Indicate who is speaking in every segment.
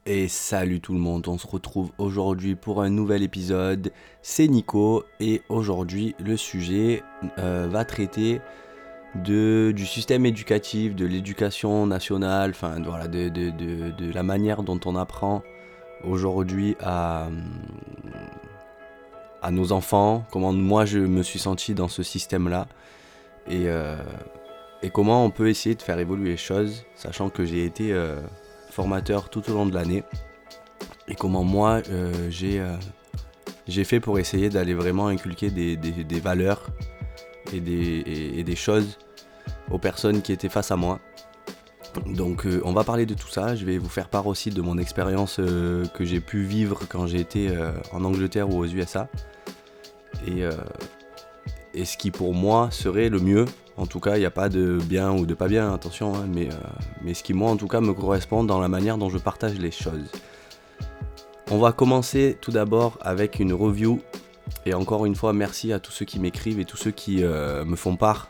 Speaker 1: Et salut tout le monde, on se retrouve aujourd'hui pour un nouvel épisode. C'est Nico et aujourd'hui le sujet va traiter du système éducatif, de l'éducation nationale, enfin voilà, de la manière dont on apprend aujourd'hui à nos enfants, comment moi je me suis senti dans ce système-là et, euh, et comment on peut essayer de faire évoluer les choses, sachant que j'ai été formateur tout au long de l'année. Et comment moi j'ai fait pour essayer d'aller vraiment inculquer des valeurs et des choses aux personnes qui étaient face à moi. Donc on va parler de tout ça, je vais vous faire part aussi de mon expérience que j'ai pu vivre quand j'ai été en Angleterre ou aux USA. Et, euh, et ce qui pour moi serait le mieux, en tout cas il n'y a pas de bien ou de pas bien, attention, hein, mais ce qui moi en tout cas me correspond dans la manière dont je partage les choses. On va commencer tout d'abord avec une review. Et encore une fois, merci à tous ceux qui m'écrivent et tous ceux qui me font part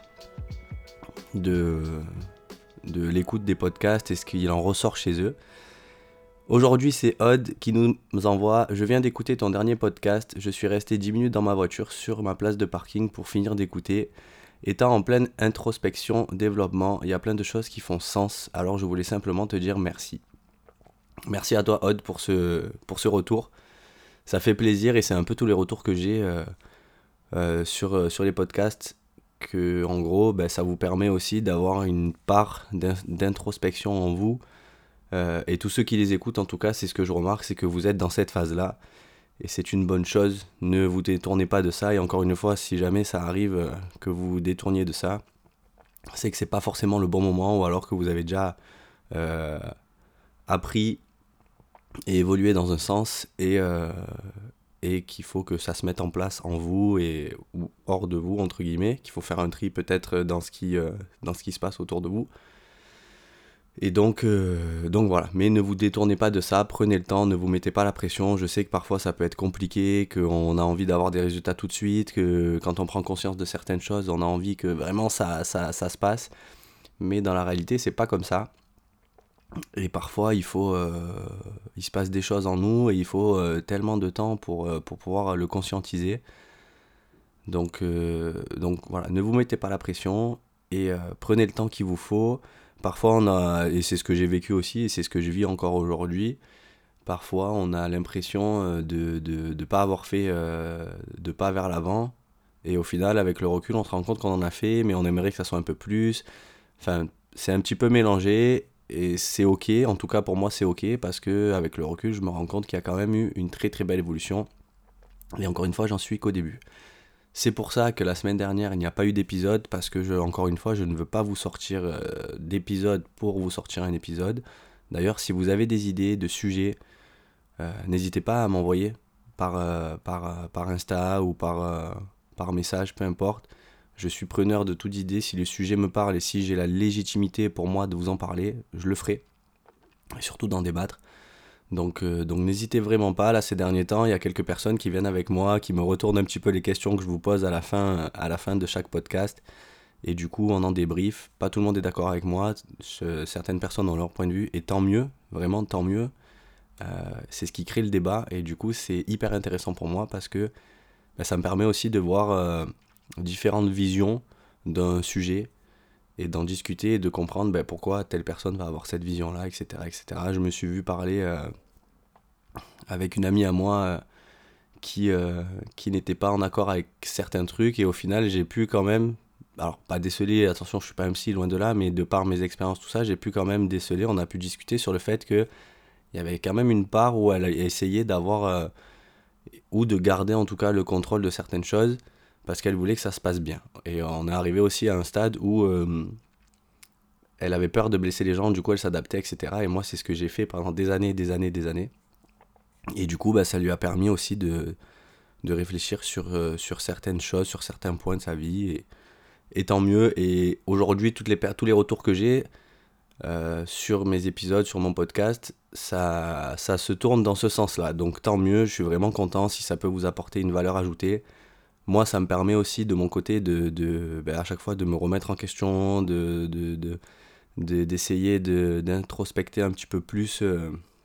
Speaker 1: de, de l'écoute des podcasts et ce qu'il en ressort chez eux. Aujourd'hui, c'est Odd qui nous envoie: Je viens d'écouter ton dernier podcast. Je suis resté 10 minutes dans ma voiture sur ma place de parking pour finir d'écouter. Étant en pleine introspection, développement, il y a plein de choses qui font sens. Alors je voulais simplement te dire merci. Merci à toi, Odd, pour ce retour. Ça fait plaisir et c'est un peu tous les retours que j'ai sur les podcasts, que en gros ça vous permet aussi d'avoir une part d'introspection en vous, et tous ceux qui les écoutent, en tout cas c'est ce que je remarque, c'est que vous êtes dans cette phase là et c'est une bonne chose. Ne vous détournez pas de ça, et encore une fois, si jamais ça arrive que vous vous détourniez de ça, c'est que c'est pas forcément le bon moment, ou alors que vous avez déjà euh, appris et évolué dans un sens, et qu'il faut que ça se mette en place en vous et ou hors de vous, entre guillemets, qu'il faut faire un tri peut-être dans ce qui se passe autour de vous. Et donc voilà, mais ne vous détournez pas de ça, prenez le temps, ne vous mettez pas la pression. Je sais que parfois ça peut être compliqué, qu'on a envie d'avoir des résultats tout de suite, que quand on prend conscience de certaines choses, on a envie que vraiment ça se passe. Mais dans la réalité, c'est pas comme ça. Et parfois, il se passe des choses en nous et il faut tellement de temps pour pouvoir le conscientiser. Donc voilà, ne vous mettez pas la pression et prenez le temps qu'il vous faut. Parfois on a, et c'est ce que j'ai vécu aussi, et c'est ce que je vis encore aujourd'hui, parfois on a l'impression de pas avoir fait de pas vers l'avant. Et au final, avec le recul, on se rend compte qu'on en a fait, mais on aimerait que ça soit un peu plus. Enfin, c'est un petit peu mélangé, et c'est ok. En tout cas, pour moi, c'est ok, parce que avec le recul, je me rends compte qu'il y a quand même eu une très très belle évolution. Et encore une fois, j'en suis qu'au début. C'est pour ça que la semaine dernière, il n'y a pas eu d'épisode, parce que, encore une fois, je ne veux pas vous sortir d'épisode pour vous sortir un épisode. D'ailleurs, si vous avez des idées de sujets, n'hésitez pas à m'envoyer par Insta ou par message, peu importe. Je suis preneur de toute idée. Si le sujet me parle et si j'ai la légitimité pour moi de vous en parler, je le ferai. Et surtout d'en débattre. Donc n'hésitez vraiment pas. Là, ces derniers temps, il y a quelques personnes qui viennent avec moi, qui me retournent un petit peu les questions que je vous pose à la fin de chaque podcast. Et du coup, on en débrief. Pas tout le monde est d'accord avec moi. Certaines personnes ont leur point de vue. Et tant mieux, vraiment tant mieux. C'est ce qui crée le débat. Et du coup, c'est hyper intéressant pour moi, parce que ça me permet aussi de voir différentes visions d'un sujet, et d'en discuter et de comprendre pourquoi telle personne va avoir cette vision-là, etc., etc. Je me suis vu parler avec une amie à moi qui n'était pas en accord avec certains trucs, et au final j'ai pu quand même, alors pas déceler, attention je suis pas MC, loin de là, mais de par mes expériences, tout ça, j'ai pu quand même déceler, on a pu discuter sur le fait que il y avait quand même une part où elle a essayé d'avoir, ou de garder en tout cas le contrôle de certaines choses, parce qu'elle voulait que ça se passe bien. Et on est arrivé aussi à un stade où elle avait peur de blesser les gens, du coup elle s'adaptait, etc. Et moi c'est ce que j'ai fait pendant des années, des années, des années. Et du coup ça lui a permis aussi de réfléchir sur certaines choses, sur certains points de sa vie. Et tant mieux. Et aujourd'hui, tous les retours que j'ai sur mes épisodes, sur mon podcast, ça se tourne dans ce sens-là. Donc tant mieux, je suis vraiment content si ça peut vous apporter une valeur ajoutée. Moi, ça me permet aussi de mon côté à chaque fois de me remettre en question, d'essayer d'introspecter un petit peu plus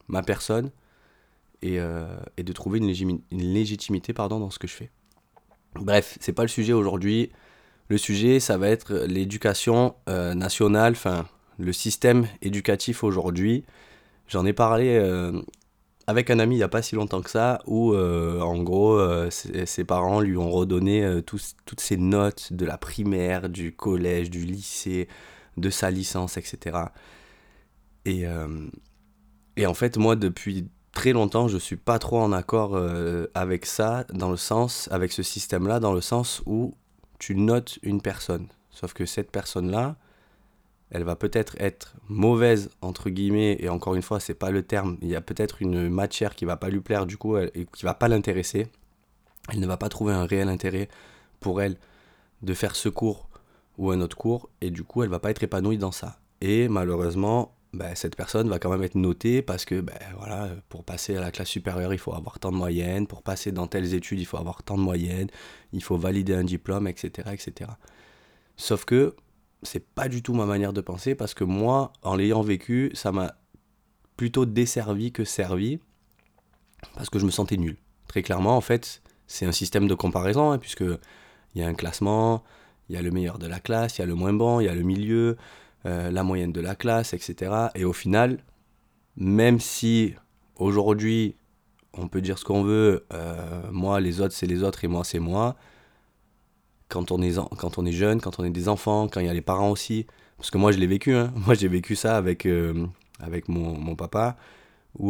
Speaker 1: ma personne et de trouver une légitimité dans ce que je fais. Bref, c'est pas le sujet aujourd'hui. Le sujet, ça va être l'éducation nationale, enfin le système éducatif aujourd'hui. J'en ai parlé avec un ami il n'y a pas si longtemps que ça, où en gros ses parents lui ont redonné toutes ses notes de la primaire, du collège, du lycée, de sa licence, etc. Et, euh, et en fait, moi, depuis très longtemps, je suis pas trop en accord avec ça, avec ce système-là, dans le sens où tu notes une personne. Sauf que cette personne-là, elle va peut-être être mauvaise, entre guillemets, et encore une fois, c'est pas le terme. Il y a peut-être une matière qui va pas lui plaire, du coup, et qui va pas l'intéresser. Elle ne va pas trouver un réel intérêt pour elle de faire ce cours ou un autre cours, et du coup, elle va pas être épanouie dans ça. Et malheureusement, cette personne va quand même être notée parce que voilà, pour passer à la classe supérieure, il faut avoir tant de moyenne, pour passer dans telles études, il faut avoir tant de moyenne, il faut valider un diplôme, etc., etc. Sauf que c'est pas du tout ma manière de penser parce que moi, en l'ayant vécu, ça m'a plutôt desservi que servi parce que je me sentais nul. Très clairement, en fait, c'est un système de comparaison, hein, puisque il y a un classement, il y a le meilleur de la classe, il y a le moins bon, il y a le milieu, la moyenne de la classe, etc. Et au final, même si aujourd'hui, on peut dire ce qu'on veut, moi, les autres, c'est les autres et moi, c'est moi, quand on est jeune, quand on est des enfants, quand il y a les parents aussi, parce que moi, je l'ai vécu, hein. Moi, j'ai vécu ça avec mon papa, où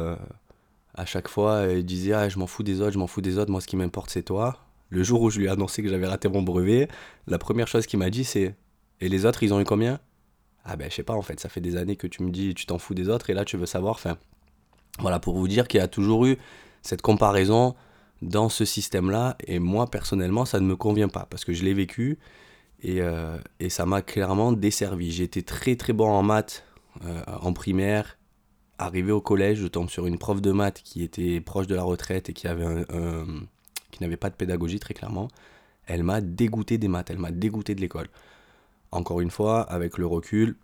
Speaker 1: à chaque fois, il disait ah, je m'en fous des autres, je m'en fous des autres, moi, ce qui m'importe, c'est toi. Le jour où je lui ai annoncé que j'avais raté mon brevet, la première chose qu'il m'a dit, c'est et les autres, ils ont eu combien? Ah ben je sais pas en fait, ça fait des années que tu me dis tu t'en fous des autres et là tu veux savoir, enfin voilà pour vous dire qu'il y a toujours eu cette comparaison dans ce système-là et moi personnellement ça ne me convient pas parce que je l'ai vécu et ça m'a clairement desservi. J'ai été très très bon en maths en primaire, arrivé au collège je tombe sur une prof de maths qui était proche de la retraite et qui n'avait pas de pédagogie très clairement. Elle m'a dégoûté des maths, elle m'a dégoûté de l'école. Encore une fois, avec le recul,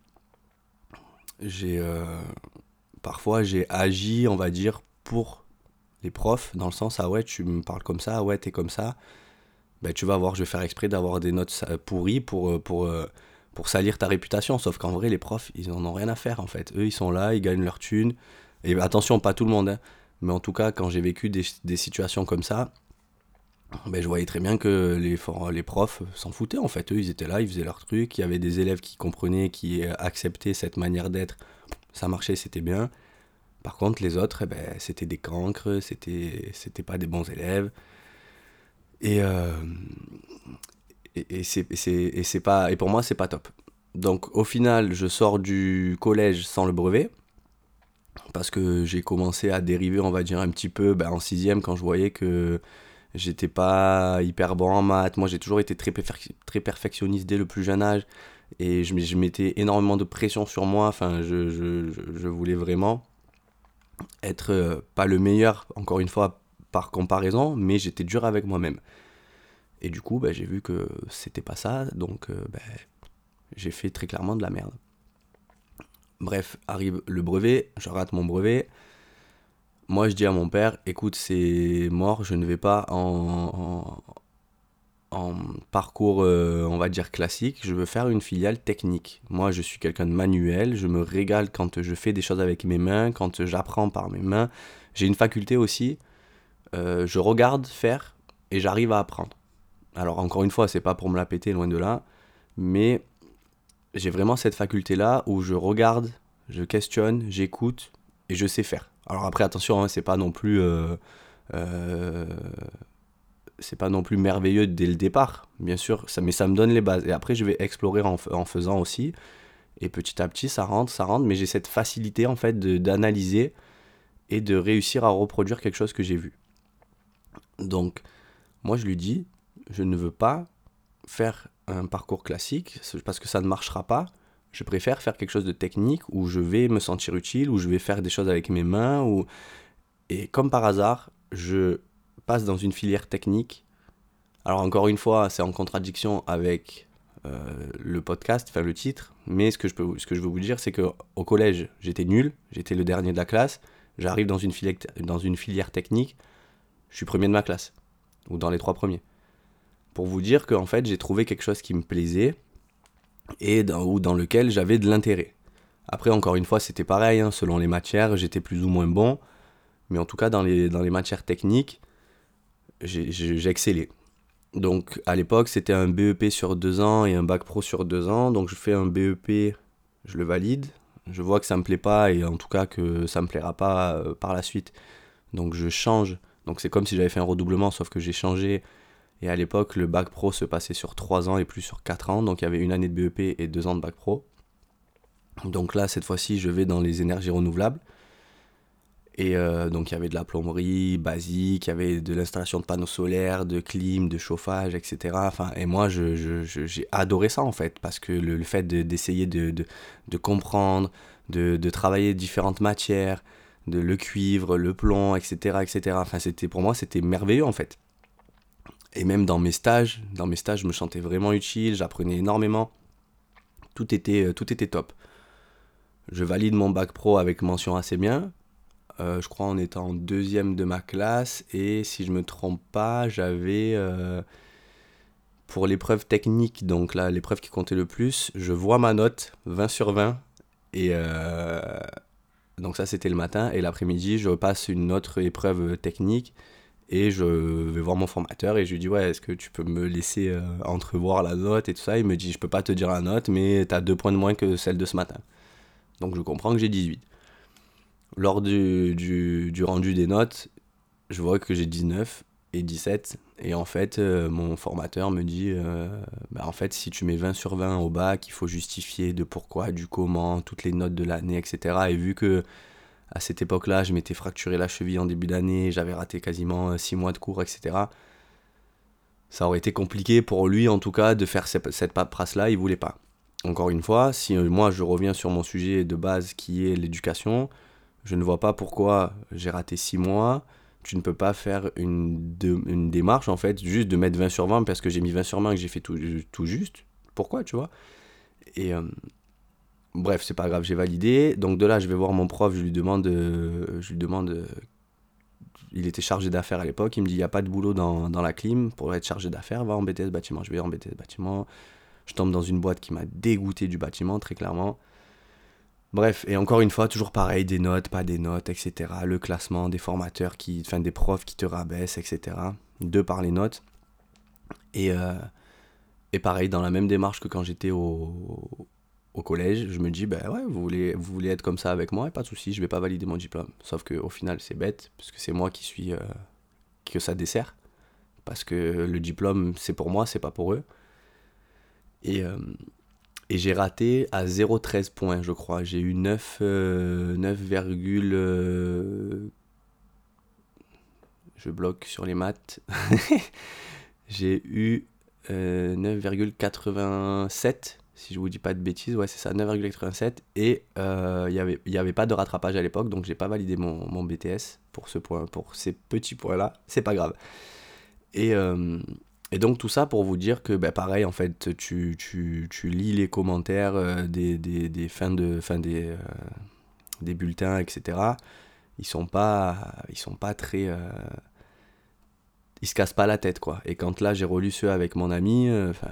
Speaker 1: j'ai parfois j'ai agi, on va dire, pour les profs, dans le sens ah ouais, tu me parles comme ça, ah ouais, t'es comme ça. Ben, tu vas voir, je vais faire exprès d'avoir des notes pourries pour salir ta réputation. Sauf qu'en vrai, les profs, ils en ont rien à faire en fait. Eux, ils sont là, ils gagnent leur thune. Et attention, pas tout le monde, hein. Mais en tout cas, quand j'ai vécu des situations comme ça, je voyais très bien que les profs s'en foutaient en fait. Eux, ils étaient là, ils faisaient leur truc. Il y avait des élèves qui comprenaient, qui acceptaient cette manière d'être. Ça marchait, c'était bien. Par contre, les autres, c'était des cancres, c'était pas des bons élèves. Et, euh, c'est pas, et pour moi, c'est pas top. Donc, au final, je sors du collège sans le brevet. Parce que j'ai commencé à dériver, on va dire, un petit peu en sixième quand je voyais que j'étais pas hyper bon en maths. Moi, j'ai toujours été très perfectionniste dès le plus jeune âge. Et je mettais énormément de pression sur moi. Enfin, je voulais vraiment être pas le meilleur, encore une fois, par comparaison, mais j'étais dur avec moi-même. Et du coup, j'ai vu que c'était pas ça, donc j'ai fait très clairement de la merde. Bref, arrive le brevet, je rate mon brevet. Moi, je dis à mon père, écoute, c'est mort, je ne vais pas en parcours, on va dire, classique, je veux faire une filiale technique. Moi, je suis quelqu'un de manuel, je me régale quand je fais des choses avec mes mains, quand j'apprends par mes mains. J'ai une faculté aussi, je regarde faire et j'arrive à apprendre. Alors, encore une fois, c'est pas pour me la péter, loin de là, mais j'ai vraiment cette faculté-là où je regarde, je questionne, j'écoute et je sais faire. Alors après, attention, hein, euh, c'est pas non plus merveilleux dès le départ, bien sûr, mais ça me donne les bases. Et après, je vais explorer en faisant aussi. Et petit à petit, ça rentre, mais j'ai cette facilité en fait d'analyser et de réussir à reproduire quelque chose que j'ai vu. Donc, moi, je lui dis, je ne veux pas faire un parcours classique parce que ça ne marchera pas. Je préfère faire quelque chose de technique où je vais me sentir utile, où je vais faire des choses avec mes mains. Et comme par hasard, je passe dans une filière technique. Alors encore une fois, c'est en contradiction avec le podcast, enfin le titre. Mais ce que je veux vous dire, c'est qu'au collège, j'étais nul, j'étais le dernier de la classe. J'arrive dans une filière technique, je suis premier de ma classe, ou dans les 3 premiers. Pour vous dire qu'en fait, j'ai trouvé quelque chose qui me plaisait, ou dans lequel j'avais de l'intérêt. Après, encore une fois, c'était pareil, hein, selon les matières, j'étais plus ou moins bon, mais en tout cas, dans les matières techniques, j'ai excellé. Donc, à l'époque, c'était un BEP sur 2 ans et un bac pro sur 2 ans, donc je fais un BEP, je le valide, je vois que ça me plaît pas, et en tout cas que ça me plaira pas par la suite, donc je change. Donc c'est comme si j'avais fait un redoublement, sauf que j'ai changé. Et à l'époque, le bac pro se passait sur 3 ans et plus sur 4 ans. Donc il y avait une année de BEP et 2 ans de bac pro. Donc là, cette fois-ci, je vais dans les énergies renouvelables. Et donc il y avait de la plomberie basique, il y avait de l'installation de panneaux solaires, de clim, de chauffage, etc. Enfin, et moi, j'ai adoré ça en fait, parce que le fait d'essayer de comprendre, de travailler différentes matières, le cuivre, le plomb, etc., etc. Enfin, pour moi, c'était merveilleux en fait. Et même dans mes stages, je me sentais vraiment utile, j'apprenais énormément. Tout était top. Je valide mon bac pro avec mention assez bien. Je crois en étant en deuxième de ma classe. Et si je me trompe pas, j'avais pour l'épreuve technique, donc là, l'épreuve qui comptait le plus, je vois ma note, 20 sur 20. Et donc ça, c'était le matin. Et l'après-midi, je passe une autre épreuve technique. Et je vais voir mon formateur et je lui dis ouais, est-ce que tu peux me laisser entrevoir la note et tout ça. Il me dit je peux pas te dire la note, mais t'as 2 points de moins que celle de ce matin. Donc je comprends que j'ai 18. Lors du rendu des notes, je vois que j'ai 19 et 17. Et en fait, mon formateur me dit bah en fait, si tu mets 20 sur 20 au bac, il faut justifier de pourquoi, du comment, toutes les notes de l'année, etc. Et vu que à cette époque-là, je m'étais fracturé la cheville en début d'année, j'avais raté quasiment 6 mois de cours, etc. Ça aurait été compliqué pour lui, en tout cas, de faire cette paperasse-là, il voulait pas. Encore une fois, si moi je reviens sur mon sujet de base qui est l'éducation, je ne vois pas pourquoi j'ai raté 6 mois. Tu ne peux pas faire une démarche, en fait, juste de mettre 20 sur 20 parce que j'ai mis 20 sur 20 et que j'ai fait tout juste. Pourquoi, tu vois? Et bref, c'est pas grave, j'ai validé. Donc de là, je vais voir mon prof, il était chargé d'affaires à l'époque, il me dit, il n'y a pas de boulot dans la clim, pour être chargé d'affaires, va en BTS bâtiment. Je vais en BTS bâtiment, je tombe dans une boîte qui m'a dégoûté du bâtiment, très clairement. Bref, et encore une fois, toujours pareil, des notes, pas des notes, etc. Le classement des formateurs, des profs qui te rabaissent, etc. De par les notes. Et, euh, et pareil, dans la même démarche que quand j'étais au collège, je me dis, ben ouais, vous voulez être comme ça avec moi, et pas de souci, je vais pas valider mon diplôme. Sauf qu'au final, c'est bête, parce que c'est moi que ça dessert. Parce que le diplôme, c'est pour moi, c'est pas pour eux. Et, euh, et j'ai raté à 0,13 points, je crois. J'ai eu 9, je bloque sur les maths. J'ai eu 9,87, si je vous dis pas de bêtises, ouais c'est ça, 9,87. Et il y avait pas de rattrapage à l'époque, donc j'ai pas validé mon BTS pour ces petits points-là, c'est pas grave. Et, euh, et donc tout ça pour vous dire que bah, pareil, en fait, tu lis les commentaires des des bulletins, etc. Ils sont pas très... ils se cassent pas la tête, quoi. Et quand là j'ai relu ceux avec mon ami,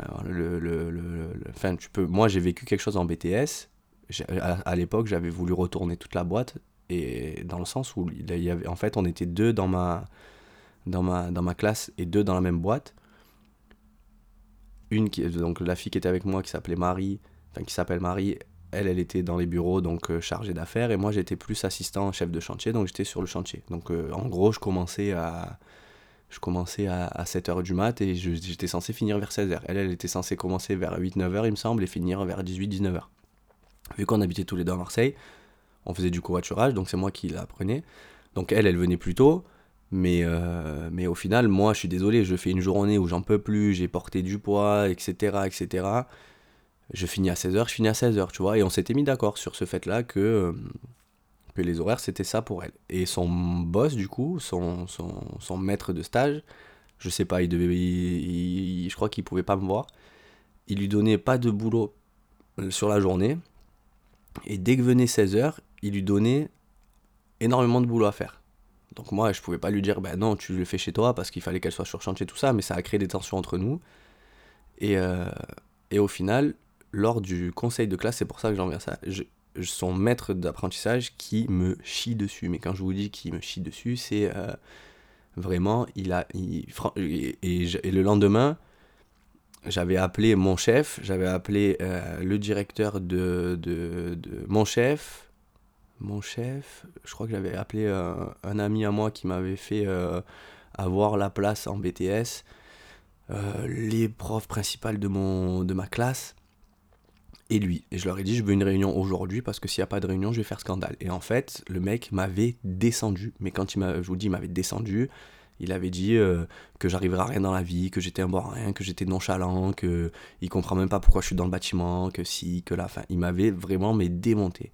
Speaker 1: moi j'ai vécu quelque chose en BTS. À l'époque j'avais voulu retourner toute la boîte, et dans le sens où en fait on était deux dans ma classe et deux dans la même boîte. Donc la fille qui était avec moi qui s'appelait Marie, enfin qui s'appelle Marie, elle était dans les bureaux, donc chargée d'affaires, et moi j'étais plus assistant chef de chantier, donc j'étais sur le chantier. Donc en gros je commençais à 7h du mat et j'étais censé finir vers 16h. Elle était censée commencer vers 8-9h il me semble et finir vers 18-19h. Vu qu'on habitait tous les deux à Marseille, on faisait du covoiturage, donc c'est moi qui la prenais. Donc elle venait plus tôt, mais au final, moi je suis désolé, je fais une journée où j'en peux plus, j'ai porté du poids, etc. etc. Je finis à 16h, je finis à 16h, tu vois, et on s'était mis d'accord sur ce fait-là que les horaires c'était ça pour elle. Et son boss, du coup, son maître de stage, je sais pas, je crois qu'il pouvait pas me voir. Il lui donnait pas de boulot sur la journée. Et dès que venait 16h, il lui donnait énormément de boulot à faire. Donc moi, je pouvais pas lui dire, ben non, tu le fais chez toi parce qu'il fallait qu'elle soit sur chantier, tout ça, mais ça a créé des tensions entre nous. Et, euh, et au final, lors du conseil de classe, c'est pour ça que j'en viens à ça, son maître d'apprentissage qui me chie dessus. Mais quand je vous dis qu'il me chie dessus, c'est vraiment, et le lendemain, j'avais appelé mon chef, j'avais appelé le directeur de mon chef, je crois que j'avais appelé un ami à moi qui m'avait fait avoir la place en BTS, les profs principales de ma classe, et lui. Et je leur ai dit, je veux une réunion aujourd'hui parce que s'il n'y a pas de réunion, je vais faire scandale. Et en fait, le mec m'avait descendu. Mais quand je vous dis, il m'avait descendu, il avait dit que j'arriverais à rien dans la vie, que j'étais un bon à rien, que j'étais nonchalant, que il comprend même pas pourquoi je suis dans le bâtiment, que si, que là. Enfin, il m'avait vraiment démonté.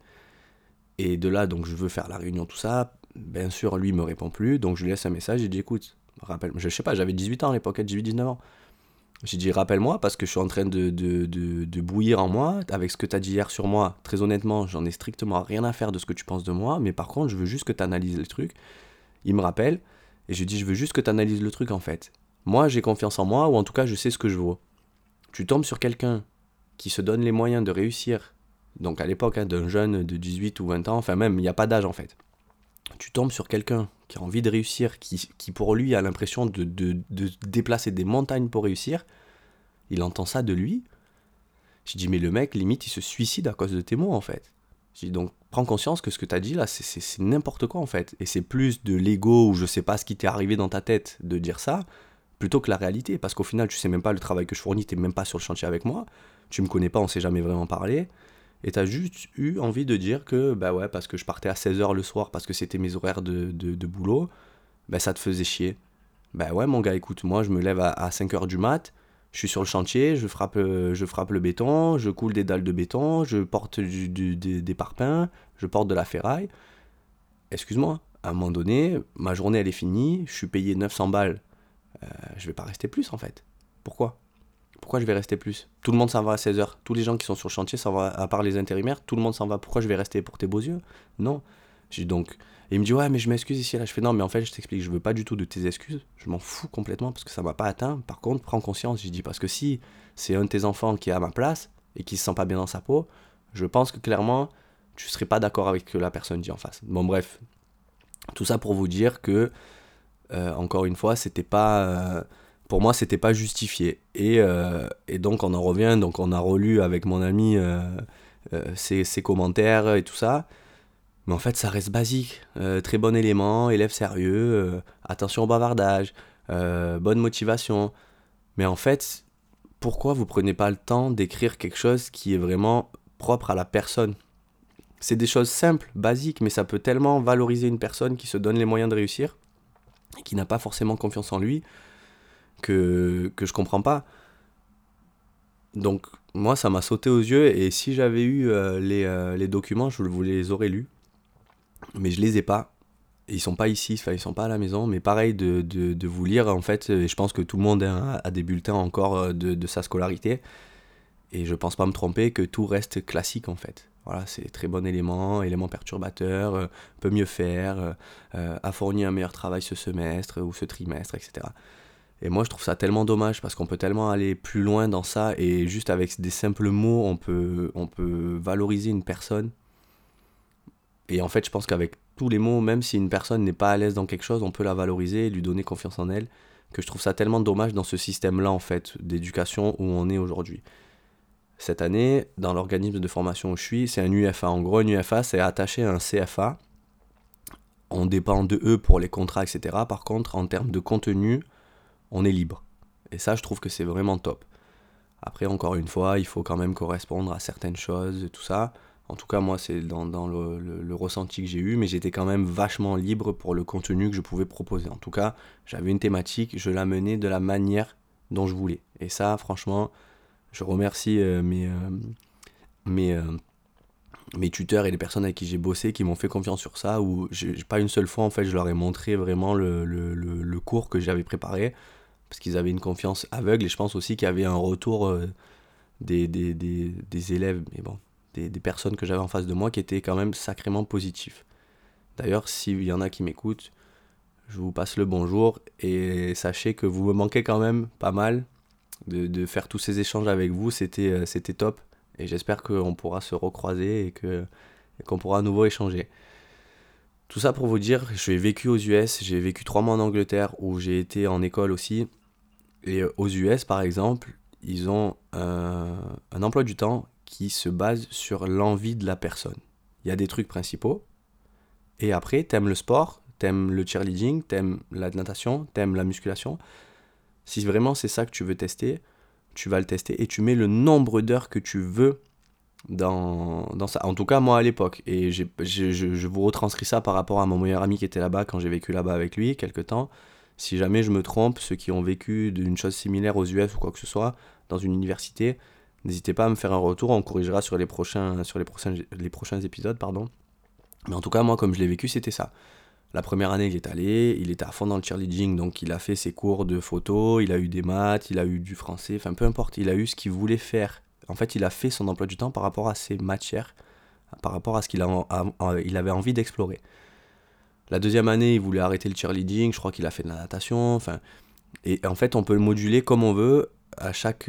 Speaker 1: Et de là, donc, je veux faire la réunion, tout ça. Bien sûr, lui, il me répond plus. Donc, je lui laisse un message. J'ai dit, écoute, rappelle, je sais pas, j'avais 18 ans à l'époque, 18-19 ans. J'ai dit, rappelle-moi, parce que je suis en train de bouillir en moi, avec ce que tu as dit hier sur moi. Très honnêtement, j'en ai strictement rien à faire de ce que tu penses de moi, mais par contre, je veux juste que tu analyses le truc. Il me rappelle, et je lui dis, je veux juste que tu analyses le truc, en fait. Moi, j'ai confiance en moi, ou en tout cas, je sais ce que je vaux. Tu tombes sur quelqu'un qui se donne les moyens de réussir, donc à l'époque, hein, d'un jeune de 18 ou 20 ans, enfin même, il n'y a pas d'âge, en fait. Tu tombes sur quelqu'un qui a envie de réussir, qui pour lui a l'impression de déplacer des montagnes pour réussir, il entend ça de lui. J'ai dit, mais le mec, limite, il se suicide à cause de tes mots, en fait. J'ai dit, donc, prends conscience que ce que t'as dit, là, c'est n'importe quoi, en fait. Et c'est plus de l'ego, ou je sais pas ce qui t'est arrivé dans ta tête de dire ça, plutôt que la réalité. Parce qu'au final, tu sais même pas le travail que je fournis, t'es même pas sur le chantier avec moi, tu me connais pas, on s'est jamais vraiment parlé, et t'as juste eu envie de dire que, bah ouais, parce que je partais à 16h le soir, parce que c'était mes horaires de boulot, bah ça te faisait chier. Bah ouais, mon gars, écoute, moi, je me lève à 5h du mat', je suis sur le chantier, je frappe le béton, je coule des dalles de béton, je porte des parpaings, je porte de la ferraille. Excuse-moi, à un moment donné, ma journée elle est finie, je suis payé 900 balles, je vais pas rester plus en fait. Pourquoi? Pourquoi je vais rester plus? Tout le monde s'en va à 16h, tous les gens qui sont sur le chantier s'en vont, à part les intérimaires, tout le monde s'en va. Pourquoi je vais rester pour tes beaux yeux? Non. J'ai dit donc, et il me dit ouais mais je m'excuse ici et là. Je fais non mais en fait je t'explique, je veux pas du tout de tes excuses, je m'en fous complètement parce que ça m'a pas atteint. Par contre prends conscience, j'ai dit parce que si c'est un de tes enfants qui est à ma place et qui se sent pas bien dans sa peau, je pense que clairement tu serais pas d'accord avec ce que la personne dit en face. Bon bref, tout ça pour vous dire que encore une fois c'était pas pour moi c'était pas justifié et donc on en revient, donc on a relu avec mon ami ses commentaires et tout ça. Mais en fait, ça reste basique. Très bon élément, élève sérieux, attention au bavardage, bonne motivation. Mais en fait, pourquoi vous prenez pas le temps d'écrire quelque chose qui est vraiment propre à la personne? C'est des choses simples, basiques, mais ça peut tellement valoriser une personne qui se donne les moyens de réussir et qui n'a pas forcément confiance en lui que je comprends pas. Donc, moi, ça m'a sauté aux yeux et si j'avais eu les documents, je vous les aurais lus. Mais je les ai pas. Ils sont pas ici, enfin, ils sont pas à la maison, mais pareil de vous lire en fait, et je pense que tout le monde hein, a des bulletins encore de sa scolarité, et je pense pas me tromper que tout reste classique en fait. Voilà, c'est très bon élément perturbateur, peut mieux faire, a fourni un meilleur travail ce semestre ou ce trimestre, etc. Et moi je trouve ça tellement dommage parce qu'on peut tellement aller plus loin dans ça, et juste avec des simples mots, on peut valoriser une personne. Et en fait, je pense qu'avec tous les mots, même si une personne n'est pas à l'aise dans quelque chose, on peut la valoriser, lui donner confiance en elle, que je trouve ça tellement dommage dans ce système-là, en fait, d'éducation où on est aujourd'hui. Cette année, dans l'organisme de formation où je suis, c'est un UFA. En gros, un UFA, c'est attaché à un CFA. On dépend de eux pour les contrats, etc. Par contre, en termes de contenu, on est libre. Et ça, je trouve que c'est vraiment top. Après, encore une fois, il faut quand même correspondre à certaines choses, tout ça. En tout cas, moi, c'est dans le ressenti que j'ai eu, mais j'étais quand même vachement libre pour le contenu que je pouvais proposer. En tout cas, j'avais une thématique, je la menais de la manière dont je voulais. Et ça, franchement, je remercie mes, euh, mes tuteurs et les personnes avec qui j'ai bossé qui m'ont fait confiance sur ça, où pas une seule fois, en fait, je leur ai montré vraiment le cours que j'avais préparé, parce qu'ils avaient une confiance aveugle, et je pense aussi qu'il y avait un retour des élèves, mais bon, des personnes que j'avais en face de moi qui étaient quand même sacrément positifs. D'ailleurs, s'il y en a qui m'écoutent, je vous passe le bonjour et sachez que vous me manquez quand même pas mal de faire tous ces échanges avec vous. C'était top et j'espère qu'on pourra se recroiser et qu'on pourra à nouveau échanger. Tout ça pour vous dire, j'ai vécu aux US, j'ai vécu 3 mois en Angleterre où j'ai été en école aussi. Et aux US, par exemple, ils ont un emploi du temps qui se base sur l'envie de la personne. Il y a des trucs principaux. Et après, t'aimes le sport, t'aimes le cheerleading, t'aimes la natation, t'aimes la musculation. Si vraiment c'est ça que tu veux tester, tu vas le tester et tu mets le nombre d'heures que tu veux dans ça. En tout cas, moi à l'époque. Et je vous retranscris ça par rapport à mon meilleur ami qui était là-bas quand j'ai vécu là-bas avec lui, quelques temps. Si jamais je me trompe, ceux qui ont vécu d'une chose similaire aux US ou quoi que ce soit, dans une université, n'hésitez pas à me faire un retour, on corrigera sur les prochains épisodes, pardon. Mais en tout cas, moi, comme je l'ai vécu, c'était ça. La première année, il était à fond dans le cheerleading, donc il a fait ses cours de photo, il a eu des maths, il a eu du français, enfin peu importe, il a eu ce qu'il voulait faire. En fait, il a fait son emploi du temps par rapport à ses matières, par rapport à ce il avait envie d'explorer. La deuxième année, il voulait arrêter le cheerleading, je crois qu'il a fait de la natation, enfin... Et en fait, on peut le moduler comme on veut à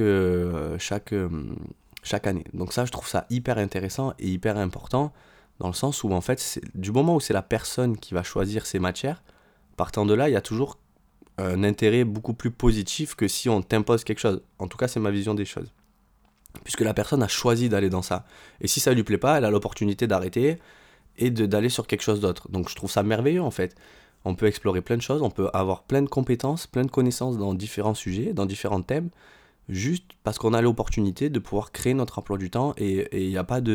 Speaker 1: chaque année. Donc ça, je trouve ça hyper intéressant et hyper important, dans le sens où, en fait, du moment où c'est la personne qui va choisir ses matières, partant de là, il y a toujours un intérêt beaucoup plus positif que si on t'impose quelque chose. En tout cas, c'est ma vision des choses. Puisque la personne a choisi d'aller dans ça. Et si ça lui plaît pas, elle a l'opportunité d'arrêter et d'aller sur quelque chose d'autre. Donc je trouve ça merveilleux en fait. On peut explorer plein de choses, on peut avoir plein de compétences, plein de connaissances dans différents sujets, dans différents thèmes, juste parce qu'on a l'opportunité de pouvoir créer notre emploi du temps et il n'y a pas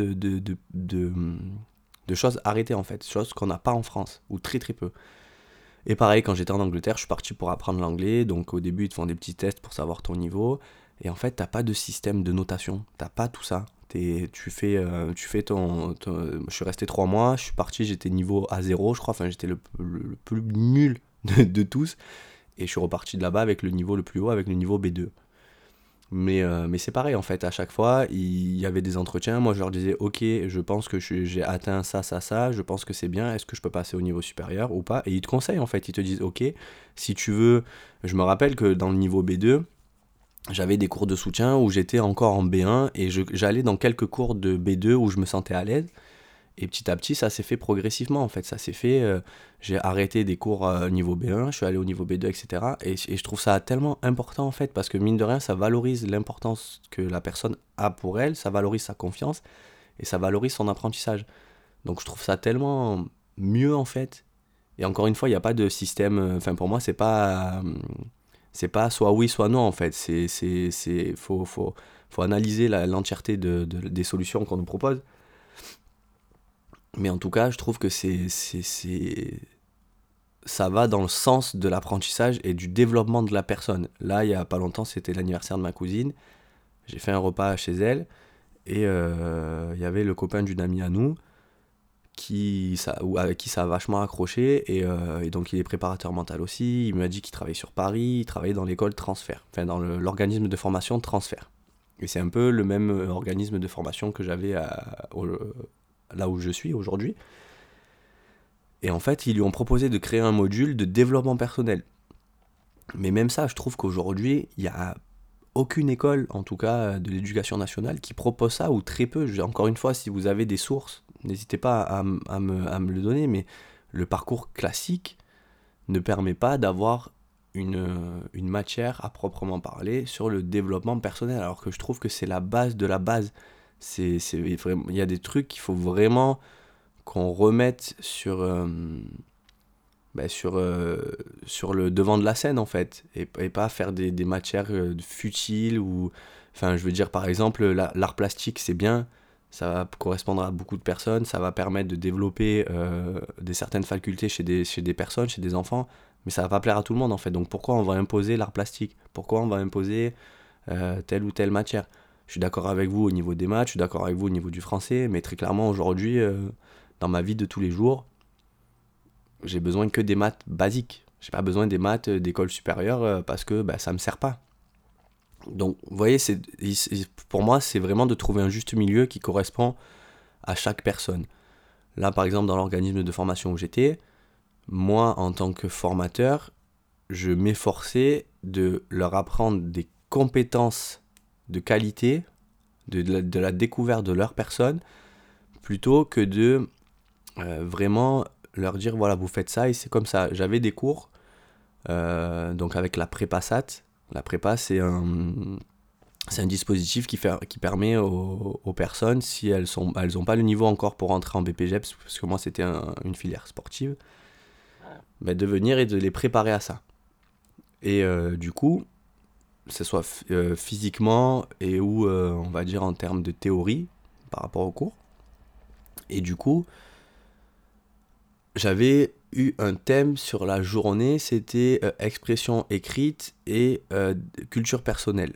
Speaker 1: de choses arrêtées en fait, choses qu'on n'a pas en France, ou très très peu. Et pareil, quand j'étais en Angleterre, je suis parti pour apprendre l'anglais, donc au début ils te font des petits tests pour savoir ton niveau, et en fait t'as pas de système de notation, t'as pas tout ça. Tu fais je suis resté 3 mois, je suis parti, j'étais niveau A0 je crois, enfin j'étais le plus nul de tous, et je suis reparti de là-bas avec le niveau le plus haut, avec le niveau B2. Mais c'est pareil en fait, à chaque fois, il y avait des entretiens, moi je leur disais ok, je pense que j'ai atteint ça, ça, ça, je pense que c'est bien, est-ce que je peux passer au niveau supérieur ou pas? Et ils te conseillent en fait, ils te disent ok, si tu veux, je me rappelle que dans le niveau B2, j'avais des cours de soutien où j'étais encore en B1 et j'allais dans quelques cours de B2 où je me sentais à l'aise. Et petit à petit, ça s'est fait progressivement en fait. Ça s'est fait. J'ai arrêté des cours niveau B1, je suis allé au niveau B2, etc. Et je trouve ça tellement important en fait parce que mine de rien, ça valorise l'importance que la personne a pour elle, ça valorise sa confiance et ça valorise son apprentissage. Donc je trouve ça tellement mieux en fait. Et encore une fois, il n'y a pas de système. Enfin, pour moi, c'est pas soit oui, soit non en fait. Faut analyser l'entièreté des solutions qu'on nous propose. Mais en tout cas, je trouve que ça va dans le sens de l'apprentissage et du développement de la personne. Là, il y a pas longtemps, c'était l'anniversaire de ma cousine. J'ai fait un repas chez elle et il y avait le copain d'une amie à nous avec qui ça a vachement accroché et donc il est préparateur mental aussi. Il m'a dit qu'il travaillait sur Paris, il travaillait dans l'école Transfert, enfin dans l'organisme de formation Transfert. Et c'est un peu le même organisme de formation que j'avais là où je suis aujourd'hui. Et en fait, ils lui ont proposé de créer un module de développement personnel. Mais même ça, je trouve qu'aujourd'hui, il n'y a aucune école, en tout cas de l'éducation nationale, qui propose ça, ou très peu. Encore une fois, si vous avez des sources, n'hésitez pas à me le donner, mais le parcours classique ne permet pas d'avoir une matière à proprement parler sur le développement personnel, alors que je trouve que c'est la base de la base. Il y a des trucs qu'il faut vraiment qu'on remette sur le devant de la scène en fait et pas faire des matières futiles ou enfin je veux dire par exemple l'art plastique c'est bien, ça va correspondre à beaucoup de personnes, ça va permettre de développer des certaines facultés chez des personnes, chez des enfants, mais ça va pas plaire à tout le monde en fait. Donc pourquoi on va imposer l'art plastique, pourquoi on va imposer telle ou telle matière? Je suis d'accord avec vous au niveau des maths, je suis d'accord avec vous au niveau du français, mais très clairement aujourd'hui dans ma vie de tous les jours, j'ai besoin que des maths basiques. J'ai pas besoin des maths d'école supérieure parce que ça me sert pas. Donc, vous voyez, pour moi, c'est vraiment de trouver un juste milieu qui correspond à chaque personne. Là, par exemple, dans l'organisme de formation où j'étais, moi, en tant que formateur, je m'efforçais de leur apprendre des compétences de qualité, de la découverte de leur personne, plutôt que de vraiment leur dire, voilà, vous faites ça et c'est comme ça. J'avais des cours, donc avec la prépa SAT. La prépa, c'est un dispositif qui permet aux personnes, si elles ont pas le niveau encore pour entrer en BPGEPS, parce que moi c'était une filière sportive, de venir et de les préparer à ça. Et du coup, que ce soit physiquement et ou on va dire en termes de théorie par rapport au cours. Et du coup, j'avais eu un thème sur la journée, c'était expression écrite et culture personnelle.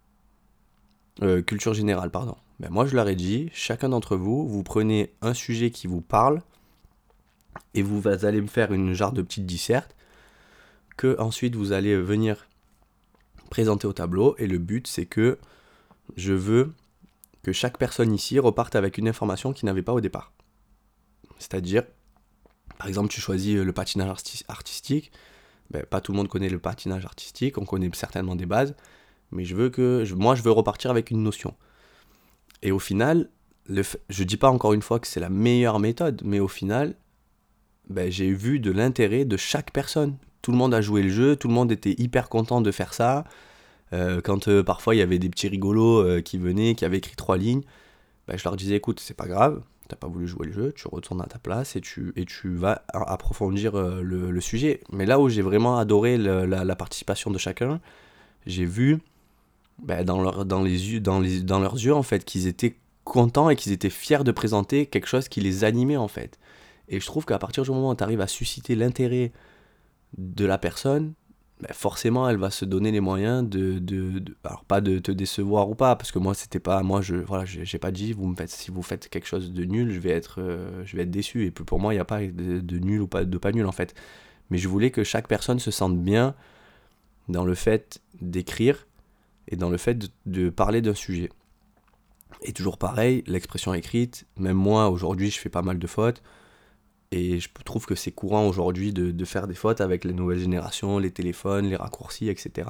Speaker 1: Culture générale, pardon. Moi, je leur ai dit, chacun d'entre vous, vous prenez un sujet qui vous parle et vous allez me faire une genre de petite disserte que ensuite vous allez venir présenter au tableau. Et le but, c'est que je veux que chaque personne ici reparte avec une information qu'il n'avait pas au départ. C'est-à-dire, par exemple, tu choisis le patinage artistique. Pas tout le monde connaît le patinage artistique, on connaît certainement des bases, mais je veux repartir avec une notion. Et au final, je dis pas encore une fois que c'est la meilleure méthode, mais au final, j'ai vu de l'intérêt de chaque personne. Tout le monde a joué le jeu, tout le monde était hyper content de faire ça. Quand parfois il y avait des petits rigolos qui venaient, qui avaient écrit 3 lignes, je leur disais, écoute, c'est pas grave, t'as pas voulu jouer le jeu, tu retournes à ta place et tu vas approfondir le sujet. Mais là où j'ai vraiment adoré la participation de chacun, j'ai vu dans leurs yeux en fait qu'ils étaient contents et qu'ils étaient fiers de présenter quelque chose qui les animait en fait. Et je trouve qu'à partir du moment où tu arrives à susciter l'intérêt de la personne, forcément elle va se donner les moyens alors pas de te décevoir ou pas, parce que moi c'était pas, j'ai pas dit si vous faites quelque chose de nul, je vais être déçu, et pour moi il n'y a pas de nul ou pas de pas nul en fait. Mais je voulais que chaque personne se sente bien dans le fait d'écrire et dans le fait de parler d'un sujet. Et toujours pareil, l'expression écrite, même moi aujourd'hui je fais pas mal de fautes, et je trouve que c'est courant aujourd'hui de faire des fautes avec les nouvelles générations, les téléphones, les raccourcis, etc.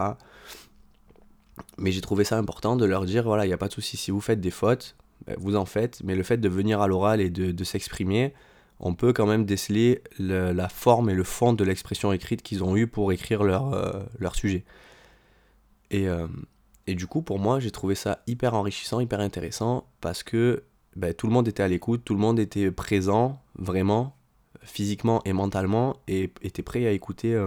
Speaker 1: Mais j'ai trouvé ça important de leur dire, voilà, il n'y a pas de souci, si vous faites des fautes, vous en faites, mais le fait de venir à l'oral et de s'exprimer, on peut quand même déceler la forme et le fond de l'expression écrite qu'ils ont eu pour écrire leur sujet. Et du coup, pour moi, j'ai trouvé ça hyper enrichissant, hyper intéressant, parce que tout le monde était à l'écoute, tout le monde était présent, vraiment, physiquement et mentalement, et était prêt à écouter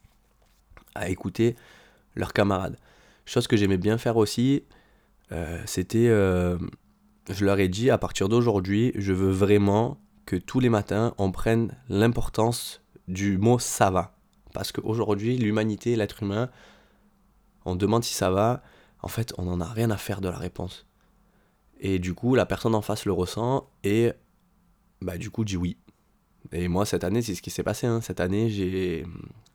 Speaker 1: leurs camarades. Chose que j'aimais bien faire aussi, c'était, je leur ai dit, à partir d'aujourd'hui, je veux vraiment que tous les matins, on prenne l'importance du mot « ça va ». Parce qu'aujourd'hui, l'humanité, l'être humain, on demande si ça va, en fait, on n'en a rien à faire de la réponse. Et du coup, la personne en face le ressent et du coup dit oui. Et moi, cette année, c'est ce qui s'est passé. Cette année, j'ai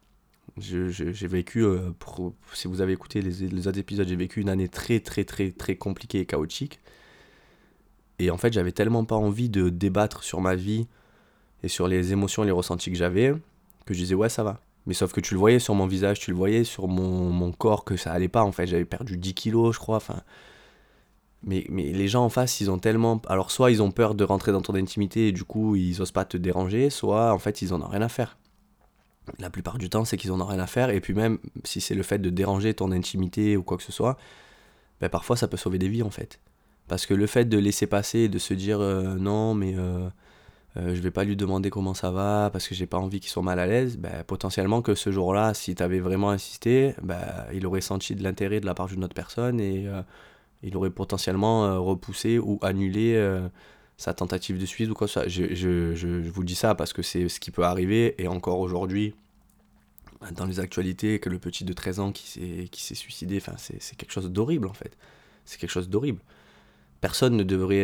Speaker 1: vécu, si vous avez écouté les autres épisodes, j'ai vécu une année très, très, très, très compliquée et chaotique. Et en fait, j'avais tellement pas envie de débattre sur ma vie et sur les émotions et les ressentis que j'avais, que je disais ouais, ça va. Mais sauf que tu le voyais sur mon visage, tu le voyais sur mon corps que ça allait pas, en fait. J'avais perdu 10 kilos, je crois, Mais les gens en face, ils ont tellement... Alors, soit ils ont peur de rentrer dans ton intimité et du coup, ils osent pas te déranger, soit, en fait, ils en ont rien à faire. La plupart du temps, c'est qu'ils en ont rien à faire. Et puis même, si c'est le fait de déranger ton intimité ou quoi que ce soit, parfois, ça peut sauver des vies, en fait. Parce que le fait de laisser passer et de se dire non, mais je vais pas lui demander comment ça va parce que j'ai pas envie qu'il soit mal à l'aise, potentiellement que ce jour-là, si t'avais vraiment insisté, il aurait senti de l'intérêt de la part d'une autre personne et il aurait potentiellement repoussé ou annulé sa tentative de suicide ou quoi que ce soit. Je vous dis ça parce que c'est ce qui peut arriver, et encore aujourd'hui, dans les actualités, que le petit de 13 ans qui s'est suicidé, c'est quelque chose d'horrible en fait. C'est quelque chose d'horrible. Personne ne devrait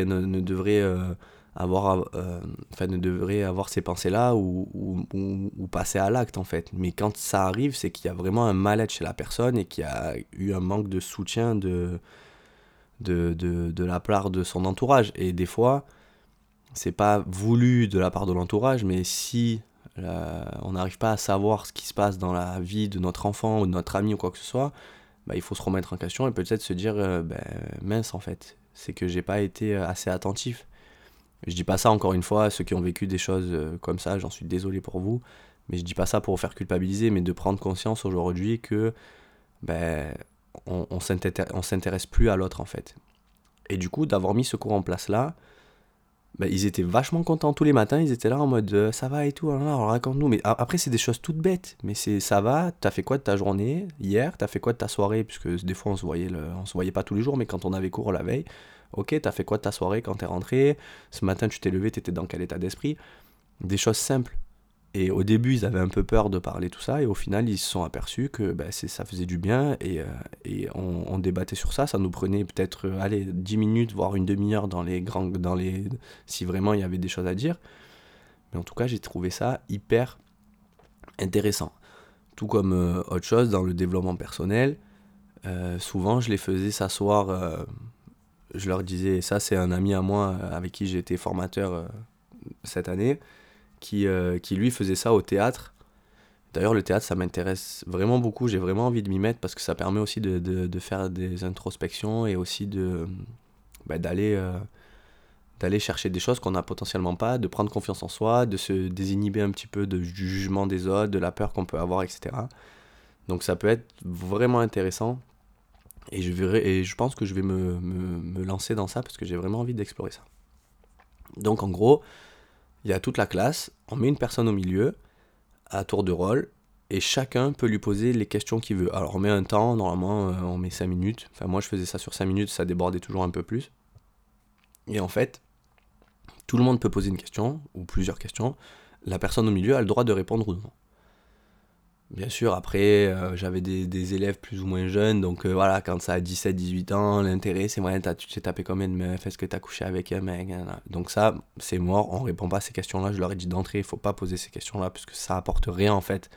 Speaker 1: ne devrait avoir ces pensées-là ou passer à l'acte en fait. Mais quand ça arrive, c'est qu'il y a vraiment un mal-être chez la personne et qu'il y a eu un manque de soutien de la part de son entourage. Et des fois, c'est pas voulu de la part de l'entourage, mais si on n'arrive pas à savoir ce qui se passe dans la vie de notre enfant ou de notre ami ou quoi que ce soit, bah, il faut se remettre en question et peut-être se dire mince en fait, c'est que j'ai pas été assez attentif. Je dis pas ça encore une fois, ceux qui ont vécu des choses comme ça, j'en suis désolé pour vous, mais je dis pas ça pour vous faire culpabiliser, mais de prendre conscience aujourd'hui que ben, on s'intéresse plus à l'autre en fait. Et du coup, d'avoir mis ce cours en place là, ben, ils étaient vachement contents tous les matins, ils étaient là en mode ça va et tout, alors raconte-nous. Mais après, c'est des choses toutes bêtes, mais c'est ça va, t'as fait quoi de ta journée hier, t'as fait quoi de ta soirée, puisque des fois on se voyait pas tous les jours, mais quand on avait cours la veille, ok, t'as fait quoi de ta soirée quand t'es rentré, ce matin tu t'es levé, t'étais dans quel état d'esprit, des choses simples. Et au début, ils avaient un peu peur de parler tout ça, et au final, ils se sont aperçus que ça faisait du bien, et on débattait sur ça. Ça nous prenait peut-être, allez, 10 minutes, voire une demi-heure si vraiment il y avait des choses à dire. Mais en tout cas, j'ai trouvé ça hyper intéressant. Tout comme autre chose dans le développement personnel, souvent je les faisais s'asseoir, je leur disais, ça c'est un ami à moi avec qui j'ai été formateur cette année, qui lui faisait ça au théâtre. D'ailleurs, le théâtre, ça m'intéresse vraiment beaucoup. J'ai vraiment envie de m'y mettre parce que ça permet aussi de faire des introspections et aussi d'aller chercher des choses qu'on n'a potentiellement pas, de prendre confiance en soi, de se désinhiber un petit peu du jugement des autres, de la peur qu'on peut avoir, etc. Donc ça peut être vraiment intéressant. Et je pense que je vais me lancer dans ça parce que j'ai vraiment envie d'explorer ça. Donc en gros, il y a toute la classe, on met une personne au milieu, à tour de rôle, et chacun peut lui poser les questions qu'il veut. Alors on met un temps, normalement on met 5 minutes, enfin moi je faisais ça sur 5 minutes, ça débordait toujours un peu plus. Et en fait, tout le monde peut poser une question, ou plusieurs questions, la personne au milieu a le droit de répondre ou non. Bien sûr, après, j'avais des élèves plus ou moins jeunes, donc voilà, quand ça a 17-18 ans, l'intérêt c'est, ouais, tu t'es tapé combien de meufs, est-ce que t'as couché avec un mec, donc ça, c'est mort, on répond pas à ces questions-là, je leur ai dit d'entrée, il faut pas poser ces questions-là, puisque ça apporte rien en fait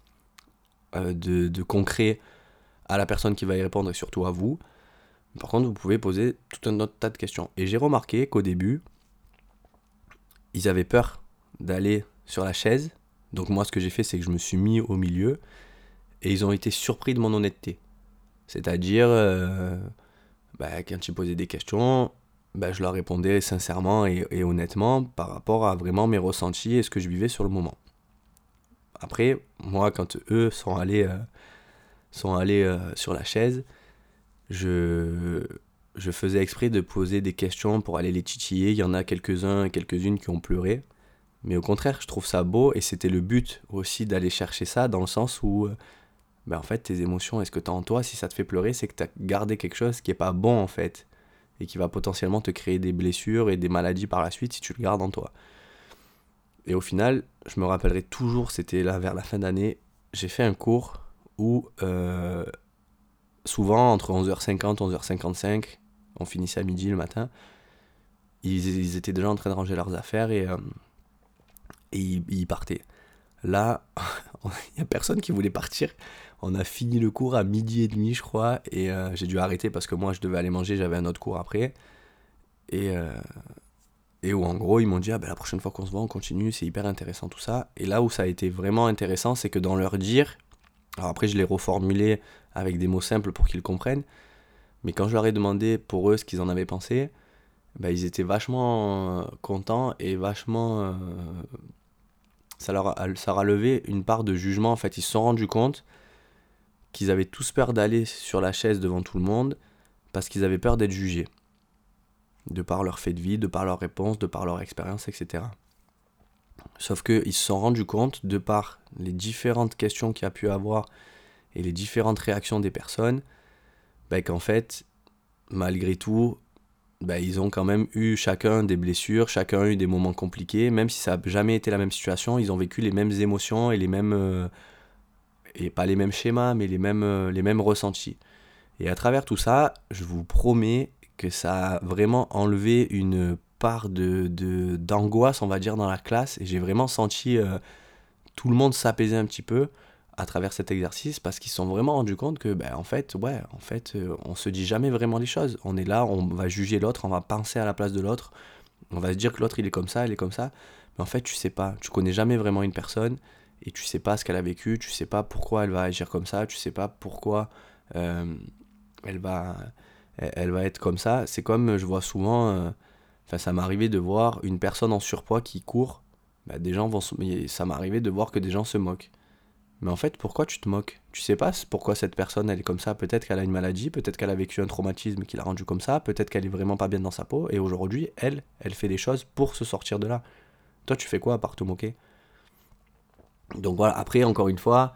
Speaker 1: de concret à la personne qui va y répondre et surtout à vous. Par contre, vous pouvez poser tout un autre tas de questions. Et j'ai remarqué qu'au début, ils avaient peur d'aller sur la chaise. Donc moi, ce que j'ai fait, c'est que je me suis mis au milieu et ils ont été surpris de mon honnêteté. C'est-à-dire, quand ils posaient des questions, je leur répondais sincèrement et honnêtement par rapport à vraiment mes ressentis et ce que je vivais sur le moment. Après, moi, quand eux sont allés sur la chaise, je faisais exprès de poser des questions pour aller les titiller. Il y en a quelques-uns et quelques-unes qui ont pleuré. Mais au contraire, je trouve ça beau et c'était le but aussi d'aller chercher ça dans le sens où, en fait, tes émotions, est-ce que t'as en toi, si ça te fait pleurer, c'est que t'as gardé quelque chose qui est pas bon en fait et qui va potentiellement te créer des blessures et des maladies par la suite si tu le gardes en toi. Et au final, je me rappellerai toujours, c'était là vers la fin d'année, j'ai fait un cours où souvent entre 11h50 et 11h55, on finissait à midi le matin, ils étaient déjà en train de ranger leurs affaires et ils partaient. Là, il n'y a personne qui voulait partir. On a fini le cours à midi et demi, je crois, et j'ai dû arrêter parce que moi, je devais aller manger, j'avais un autre cours après. Et où en gros, ils m'ont dit, la prochaine fois qu'on se voit, on continue, c'est hyper intéressant tout ça. Et là où ça a été vraiment intéressant, c'est que dans leur dire, alors après, je l'ai reformulé avec des mots simples pour qu'ils comprennent, mais quand je leur ai demandé pour eux ce qu'ils en avaient pensé, ils étaient vachement contents et vachement... ça leur a levé une part de jugement. En fait, ils se sont rendus compte qu'ils avaient tous peur d'aller sur la chaise devant tout le monde parce qu'ils avaient peur d'être jugés. De par leur fait de vie, de par leurs réponses, de par leur expérience, etc. Sauf qu'ils se sont rendus compte, de par les différentes questions qu'il y a pu avoir et les différentes réactions des personnes, qu'en fait, malgré tout, ils ont quand même eu chacun des blessures, chacun a eu des moments compliqués, même si ça n'a jamais été la même situation, ils ont vécu les mêmes émotions et les mêmes... et pas les mêmes schémas, mais les mêmes ressentis. Et à travers tout ça, je vous promets que ça a vraiment enlevé une part d'angoisse, on va dire, dans la classe, et j'ai vraiment senti tout le monde s'apaiser un petit peu à travers cet exercice, parce qu'ils se sont vraiment rendus compte que, en fait, on se dit jamais vraiment les choses. On est là, on va juger l'autre, on va penser à la place de l'autre, On va se dire que l'autre il est comme ça, elle est comme ça, mais en fait tu sais pas, tu connais jamais vraiment une personne et tu sais pas ce qu'elle a vécu, tu sais pas pourquoi elle va agir comme ça, tu sais pas pourquoi euh, elle va elle va être comme ça. C'est comme je vois souvent, enfin ça m'est arrivé de voir une personne en surpoids qui court, bah, des gens vont ça m'est arrivé de voir que des gens se moquent. Mais en fait, pourquoi tu te moques? Tu sais pas pourquoi cette personne elle est comme ça. Peut-être qu'elle a une maladie, peut-être qu'elle a vécu un traumatisme qui l'a rendue comme ça, peut-être qu'elle est vraiment pas bien dans sa peau, et aujourd'hui, elle fait des choses pour se sortir de là. Toi, tu fais quoi à part te moquer? Donc voilà, après, encore une fois,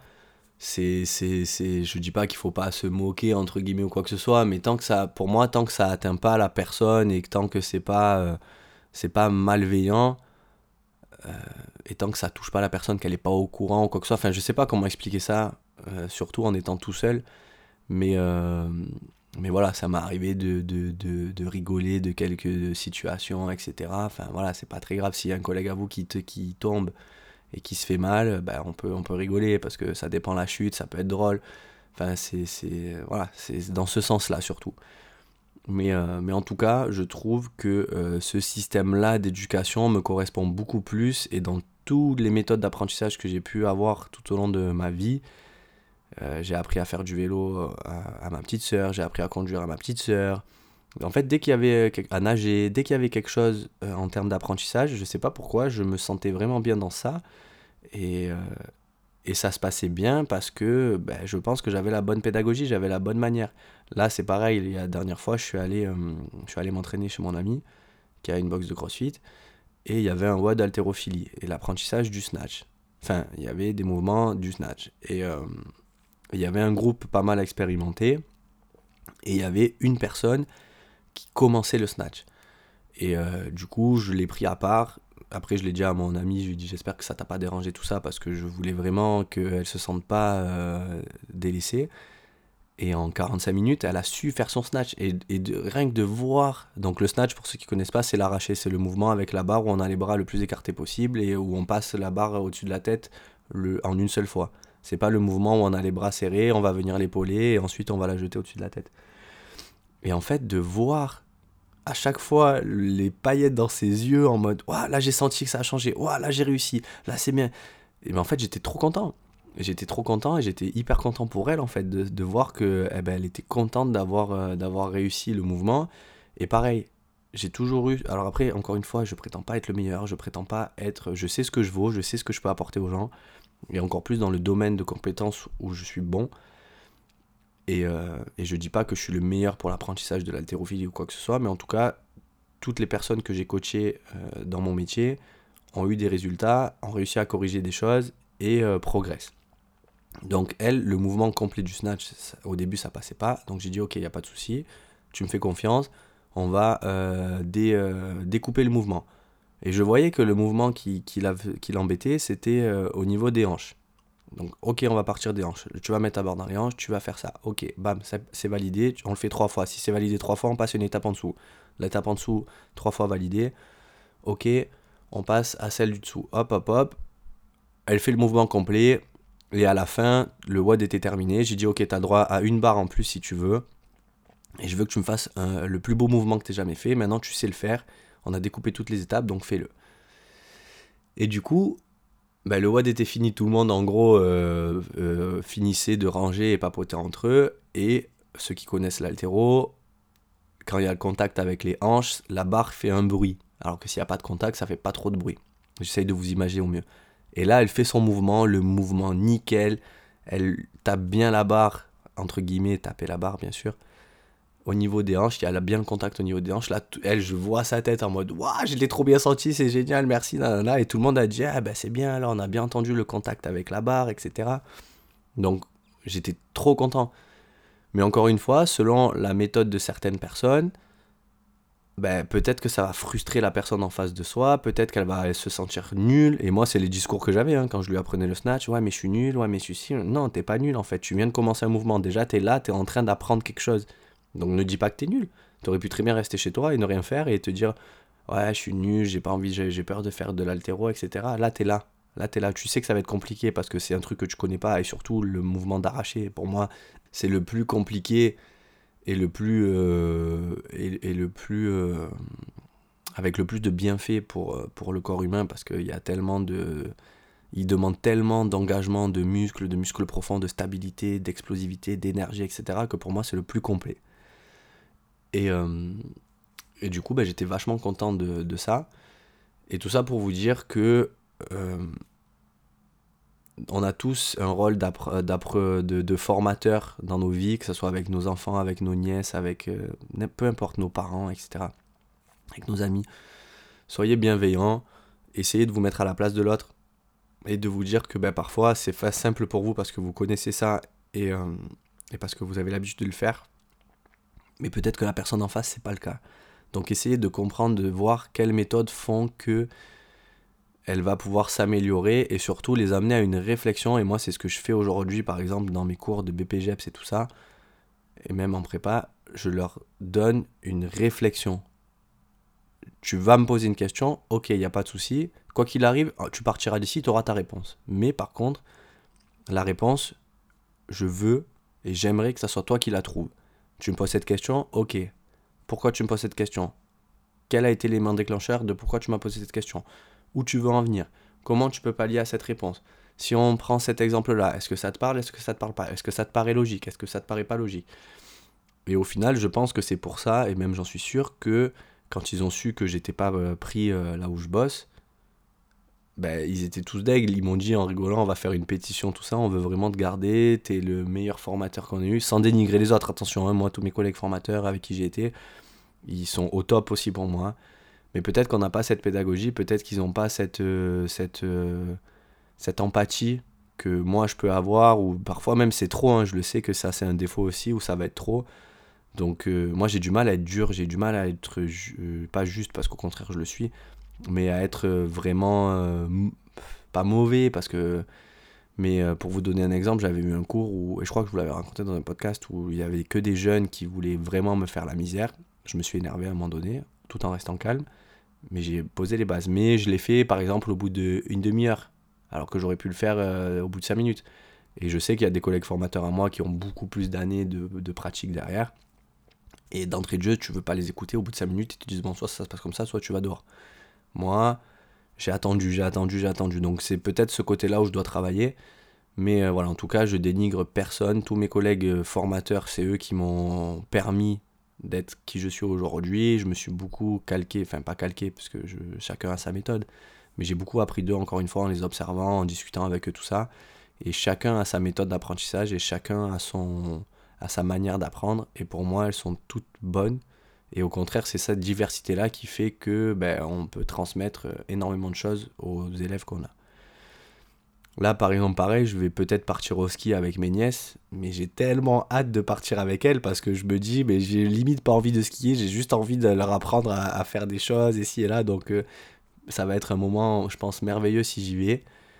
Speaker 1: je dis pas qu'il faut pas se moquer, entre guillemets, ou quoi que ce soit, mais tant que ça, pour moi, tant que ça atteint pas la personne et que tant que c'est pas malveillant, et tant que ça touche pas la personne, qu'elle est pas au courant ou quoi que ce soit, enfin, je sais pas comment expliquer ça, surtout en étant tout seul. Mais, euh, mais voilà, ça m'est arrivé de rigoler de quelques situations, etc. Enfin voilà, c'est pas très grave. S'il y a un collègue à vous qui tombe et qui se fait mal, ben, on peut rigoler parce que ça dépend de la chute, ça peut être drôle. Enfin, voilà, c'est dans ce sens-là surtout. Mais en tout cas, je trouve que ce système-là d'éducation me correspond beaucoup plus et dans toutes les méthodes d'apprentissage que j'ai pu avoir tout au long de ma vie, j'ai appris à faire du vélo à ma petite sœur, j'ai appris à conduire à ma petite sœur. En fait, dès qu'il y avait à nager, dès qu'il y avait quelque chose en termes d'apprentissage, je sais pas pourquoi, je me sentais vraiment bien dans ça et, euh, et ça se passait bien parce que ben, je pense que j'avais la bonne pédagogie, j'avais la bonne manière. Là, c'est pareil, la dernière fois, je suis allé m'entraîner chez mon ami qui a une box de CrossFit et il y avait un WOD haltérophilie et l'apprentissage du snatch. Enfin, il y avait des mouvements du snatch. Il y avait un groupe pas mal expérimenté et il y avait une personne qui commençait le snatch. Et du coup, je l'ai pris à part. Après, je l'ai dit à mon ami, je lui ai dit j'espère que ça t'a pas dérangé tout ça parce que je voulais vraiment qu'elle se sente pas délaissée. Et en 45 minutes, elle a su faire son snatch. Rien que de voir. Donc, le snatch, pour ceux qui connaissent pas, c'est l'arraché. C'est le mouvement avec la barre où on a les bras le plus écartés possible et où on passe la barre au-dessus de la tête en une seule fois. C'est pas le mouvement où on a les bras serrés, on va venir l'épauler et ensuite on va la jeter au-dessus de la tête. Et en fait, de voir à chaque fois les paillettes dans ses yeux en mode ouah, là j'ai senti que ça a changé, ouah, là j'ai réussi, là c'est bien. Et ben en fait, j'étais trop content. J'étais trop content et j'étais hyper content pour elle en fait de voir que eh ben, elle était contente d'avoir réussi le mouvement. Et pareil, j'ai toujours eu. Alors après, encore une fois, je prétends pas être le meilleur, je prétends pas être. Je sais ce que je vaux, je sais ce que je peux apporter aux gens, et encore plus dans le domaine de compétences où je suis bon. Et je dis pas que je suis le meilleur pour l'apprentissage de l'haltérophilie ou quoi que ce soit, mais en tout cas, toutes les personnes que j'ai coachées dans mon métier ont eu des résultats, ont réussi à corriger des choses et progressent. Donc elle, le mouvement complet du snatch, au début ça passait pas, donc j'ai dit ok, il n'y a pas de souci, tu me fais confiance, on va découper le mouvement. Et je voyais que le mouvement qui l'embêtait, c'était au niveau des hanches. Donc, ok, on va partir des hanches. Tu vas mettre ta barre dans les hanches, tu vas faire ça. Ok, bam, c'est validé. On le fait 3 fois. Si c'est validé 3 fois, on passe une étape en dessous. L'étape en dessous, 3 fois validé. Ok, on passe à celle du dessous. Hop, hop, hop. Elle fait le mouvement complet. Et à la fin, le WOD était terminé. J'ai dit, ok, t'as droit à une barre en plus si tu veux. Et je veux que tu me fasses le plus beau mouvement que t'aies jamais fait. Maintenant, tu sais le faire. On a découpé toutes les étapes, donc fais-le. Et du coup, bah, le WOD était fini, tout le monde en gros finissait de ranger et papoter entre eux. Et ceux qui connaissent l'haltéro, quand il y a le contact avec les hanches, la barre fait un bruit. Alors que s'il n'y a pas de contact, ça fait pas trop de bruit. J'essaye de vous imaginer au mieux. Et là, elle fait son mouvement, le mouvement nickel. Elle tape bien la barre, entre guillemets, taper la barre bien sûr. Au niveau des hanches, elle a bien le contact au niveau des hanches. Là, elle, je vois sa tête en mode waouh, je l'ai trop bien senti, c'est génial, merci, nanana. Et tout le monde a dit ah ben c'est bien, là on a bien entendu le contact avec la barre, etc. Donc j'étais trop content. Mais encore une fois, selon la méthode de certaines personnes, ben, peut-être que ça va frustrer la personne en face de soi, peut-être qu'elle va se sentir nulle. Et moi, c'est les discours que j'avais quand je lui apprenais le snatch. Ouais, mais je suis nul, ouais, mais je suis si. Non, t'es pas nul en fait. Tu viens de commencer un mouvement. Déjà, t'es là, t'es en train d'apprendre quelque chose. Donc ne dis pas que t'es nul. T'aurais pu très bien rester chez toi et ne rien faire et te dire ouais, je suis nul, j'ai pas envie, j'ai peur de faire de l'haltéro, etc. Là, t'es là. Là, t'es là. Tu sais que ça va être compliqué parce que c'est un truc que tu connais pas et surtout le mouvement d'arracher. Pour moi, c'est le plus compliqué et le plus avec le plus de bienfaits pour le corps humain, parce qu'il y a tellement de... Il demande tellement d'engagement, de muscles profonds, de stabilité, d'explosivité, d'énergie, etc., que pour moi, c'est le plus complet. Et, du coup, j'étais vachement content de ça. Et tout ça pour vous dire que on a tous un rôle de formateur dans nos vies, que ce soit avec nos enfants, avec nos nièces, avec peu importe nos parents, etc., avec nos amis. Soyez bienveillants, essayez de vous mettre à la place de l'autre et de vous dire que parfois c'est simple pour vous parce que vous connaissez ça et parce que vous avez l'habitude de le faire, mais peut-être que la personne en face c'est pas le cas. Donc essayez de comprendre, de voir quelles méthodes font que elle va pouvoir s'améliorer et surtout les amener à une réflexion. Et moi c'est ce que je fais aujourd'hui, par exemple dans mes cours de BPGEPS et tout ça, et même en prépa, je leur donne une réflexion. Tu vas me poser une question, ok, il n'y a pas de souci. Quoi qu'il arrive, tu partiras d'ici, tu auras ta réponse. Mais par contre, la réponse, je veux et j'aimerais que ça soit toi qui la trouves. Tu me poses cette question, ok. Pourquoi tu me poses cette question ? Quel a été l'élément déclencheur de pourquoi tu m'as posé cette question ? Où tu veux en venir ? Comment tu peux pallier à cette réponse ? Si on prend cet exemple-là, est-ce que ça te parle ? Est-ce que ça te parle pas ? Est-ce que ça te paraît logique ? Est-ce que ça te paraît pas logique ? Et au final, je pense que c'est pour ça, et même j'en suis sûr, que quand ils ont su que j'étais pas pris là où je bosse, ils étaient tous deg, ils m'ont dit en rigolant, on va faire une pétition, tout ça, on veut vraiment te garder, t'es le meilleur formateur qu'on ait eu, sans dénigrer les autres, attention, moi tous mes collègues formateurs avec qui j'ai été, ils sont au top aussi pour moi, mais peut-être qu'on n'a pas cette pédagogie, peut-être qu'ils n'ont pas cette empathie que moi je peux avoir, ou parfois même c'est trop, je le sais que ça c'est un défaut aussi, ou ça va être trop. Donc moi j'ai du mal à être dur, j'ai du mal à être pas juste parce qu'au contraire je le suis, mais à être vraiment pas mauvais parce que... Mais pour vous donner un exemple, j'avais eu un cours où, et je crois que je vous l'avais raconté dans un podcast, où il y avait que des jeunes qui voulaient vraiment me faire la misère. Je me suis énervé à un moment donné, tout en restant calme, mais j'ai posé les bases. Mais je l'ai fait par exemple au bout d'une demi-heure, alors que j'aurais pu le faire au bout de 5 minutes. Et je sais qu'il y a des collègues formateurs à moi qui ont beaucoup plus d'années de pratique derrière. Et d'entrée de jeu, tu veux pas les écouter au bout de 5 minutes, ils te disent bon, soit ça se passe comme ça, soit tu vas dehors. Moi, j'ai attendu. Donc c'est peut-être ce côté-là où je dois travailler. Mais voilà, en tout cas, je dénigre personne. Tous mes collègues formateurs, c'est eux qui m'ont permis d'être qui je suis aujourd'hui. Je me suis beaucoup calqué, enfin pas calqué, parce que chacun a sa méthode. Mais j'ai beaucoup appris d'eux, encore une fois, en les observant, en discutant avec eux, tout ça. Et chacun a sa méthode d'apprentissage et chacun a sa manière d'apprendre. Et pour moi, elles sont toutes bonnes. Et au contraire, c'est cette diversité-là qui fait que on peut transmettre énormément de choses aux élèves qu'on a. Là, par exemple, pareil, je vais peut-être partir au ski avec mes nièces, mais j'ai tellement hâte de partir avec elles parce que je me dis, j'ai limite pas envie de skier, j'ai juste envie de leur apprendre à faire des choses ici et là. Donc, ça va être un moment, je pense, merveilleux si j'y vais.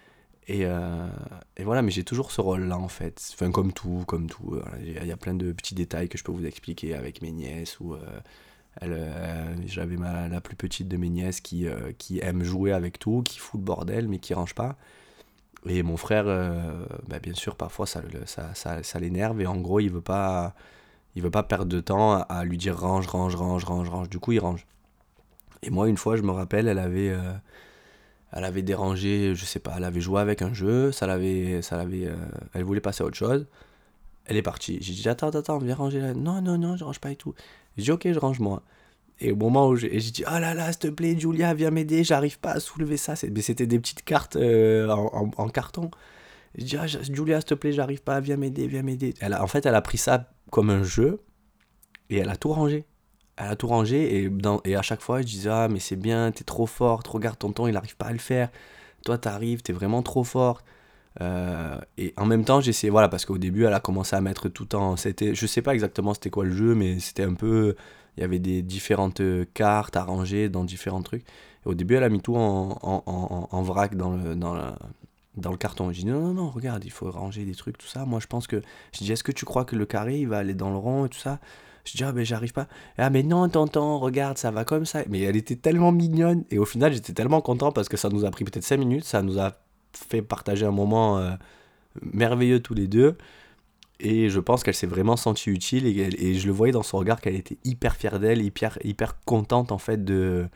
Speaker 1: Et voilà, mais j'ai toujours ce rôle-là en fait. Enfin, comme tout. Voilà. Il y a plein de petits détails que je peux vous expliquer avec mes nièces. J'avais la plus petite de mes nièces qui aime jouer avec tout, qui fout le bordel, mais qui range pas. Et mon frère, bien sûr, parfois ça l'énerve. Et en gros, il veut pas perdre de temps à lui dire range. Du coup, il range. Et moi, une fois, je me rappelle, elle avait dérangé, je sais pas, elle avait joué avec un jeu, elle voulait passer à autre chose. Elle est partie. J'ai dit attends, viens ranger là. Non, je range pas et tout. J'ai dit ok, je range moi. Et au moment où j'ai dit oh là là, s'il te plaît, Julia, viens m'aider, j'arrive pas à soulever ça. Mais c'était des petites cartes en carton. J'ai dit Julia, s'il te plaît, j'arrive pas, viens m'aider. En fait, elle a pris ça comme un jeu et elle a tout rangé. Et à chaque fois, je disais mais c'est bien, t'es trop forte, regarde tonton, il arrive pas à le faire. Toi, t'arrives, t'es vraiment trop forte. Et en même temps, j'essayais, voilà, parce qu'au début, elle a commencé à mettre tout je sais pas exactement c'était quoi le jeu, mais c'était un peu, il y avait des différentes cartes à ranger dans différents trucs. Et au début, elle a mis tout en vrac dans le carton. Je dis non, regarde, il faut ranger des trucs, tout ça. Moi, je pense que, je dis, est-ce que tu crois que le carré, il va aller dans le rond et tout ça? Je dis, j'arrive pas. Mais non, tonton, regarde, ça va comme ça. Mais elle était tellement mignonne. Et au final, j'étais tellement content parce que ça nous a pris peut-être 5 minutes. Ça nous a fait partager un moment merveilleux tous les deux. Et je pense qu'elle s'est vraiment sentie utile. Et je le voyais dans son regard qu'elle était hyper fière d'elle, hyper contente en fait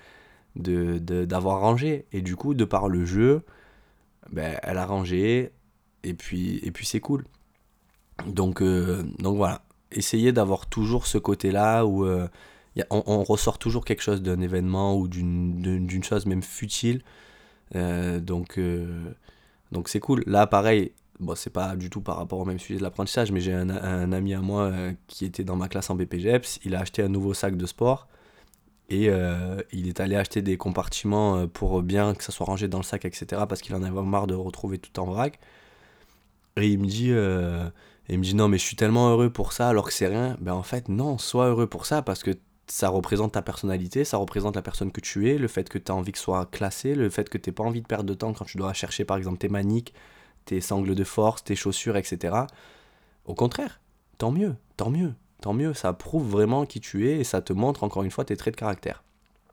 Speaker 1: d'avoir rangé. Et du coup, de par le jeu, ben, elle a rangé, et puis c'est cool. Donc voilà, essayez d'avoir toujours ce côté-là où on ressort toujours quelque chose d'un événement ou d'une chose même futile. Euh, donc, euh, donc c'est cool. Là, pareil, bon, c'est pas du tout par rapport au même sujet de l'apprentissage, mais j'ai un ami à moi qui était dans ma classe en BPGEPS. Il a acheté un nouveau sac de sport et il est allé acheter des compartiments pour bien que ça soit rangé dans le sac, etc. Parce qu'il en avait marre de retrouver tout en vrac. Et il me dit non, mais je suis tellement heureux pour ça alors que c'est rien. Ben en fait, non, sois heureux pour ça parce que ça représente ta personnalité, ça représente la personne que tu es, le fait que tu as envie que ce soit classé, le fait que tu n'aies pas envie de perdre de temps quand tu dois chercher par exemple tes maniques, tes sangles de force, tes chaussures, etc. Au contraire, tant mieux, tant mieux, tant mieux. Ça prouve vraiment qui tu es et ça te montre encore une fois tes traits de caractère.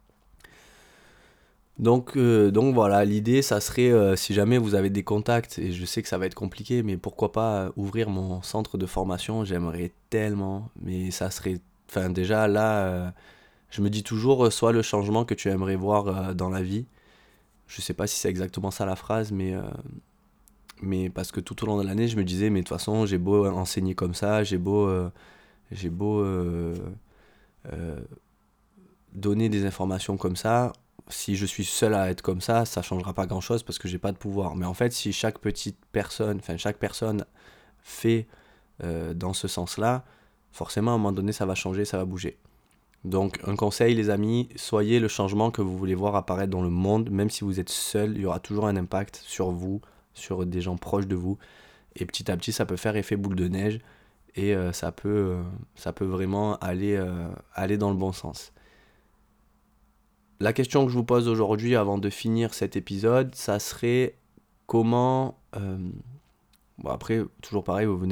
Speaker 1: Donc voilà, l'idée, ça serait, si jamais vous avez des contacts, et je sais que ça va être compliqué, mais pourquoi pas ouvrir mon centre de formation, j'aimerais tellement, mais ça serait, enfin déjà là, je me dis toujours, soit le changement que tu aimerais voir dans la vie, je sais pas si c'est exactement ça la phrase, mais parce que tout au long de l'année, je me disais, mais de toute façon, j'ai beau enseigner comme ça, j'ai beau euh, donner des informations comme ça, si je suis seul à être comme ça changera pas grand chose parce que j'ai pas de pouvoir. Mais en fait, si chaque chaque personne fait dans ce sens-là, forcément à un moment donné, ça va changer, ça va bouger. Donc, un conseil, les amis, soyez le changement que vous voulez voir apparaître dans le monde, même si vous êtes seul, il y aura toujours un impact sur vous, sur des gens proches de vous. Et petit à petit, ça peut faire effet boule de neige et ça peut vraiment aller dans le bon sens. La question que je vous pose aujourd'hui avant de finir cet épisode, ça serait comment... bon après, toujours pareil, vous venez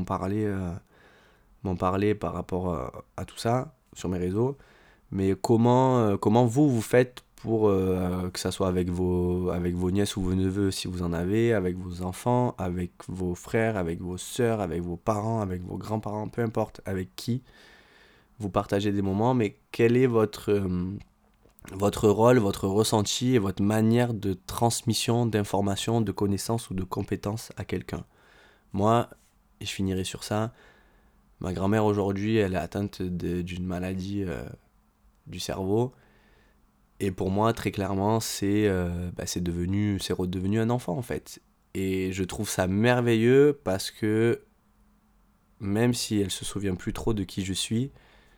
Speaker 1: m'en parler par rapport à tout ça sur mes réseaux, mais comment vous faites pour que ça soit avec vos nièces ou vos neveux si vous en avez, avec vos enfants, avec vos frères, avec vos sœurs, avec vos parents, avec vos grands-parents, peu importe avec qui vous partagez des moments, mais quel est votre rôle, votre ressenti et votre manière de transmission d'informations, de connaissances ou de compétences à quelqu'un. Moi, et je finirai sur ça, ma grand-mère aujourd'hui, elle est atteinte d'une maladie du cerveau. Et pour moi, très clairement, c'est redevenu un enfant en fait. Et je trouve ça merveilleux parce que même si elle se souvient plus trop de qui je suis,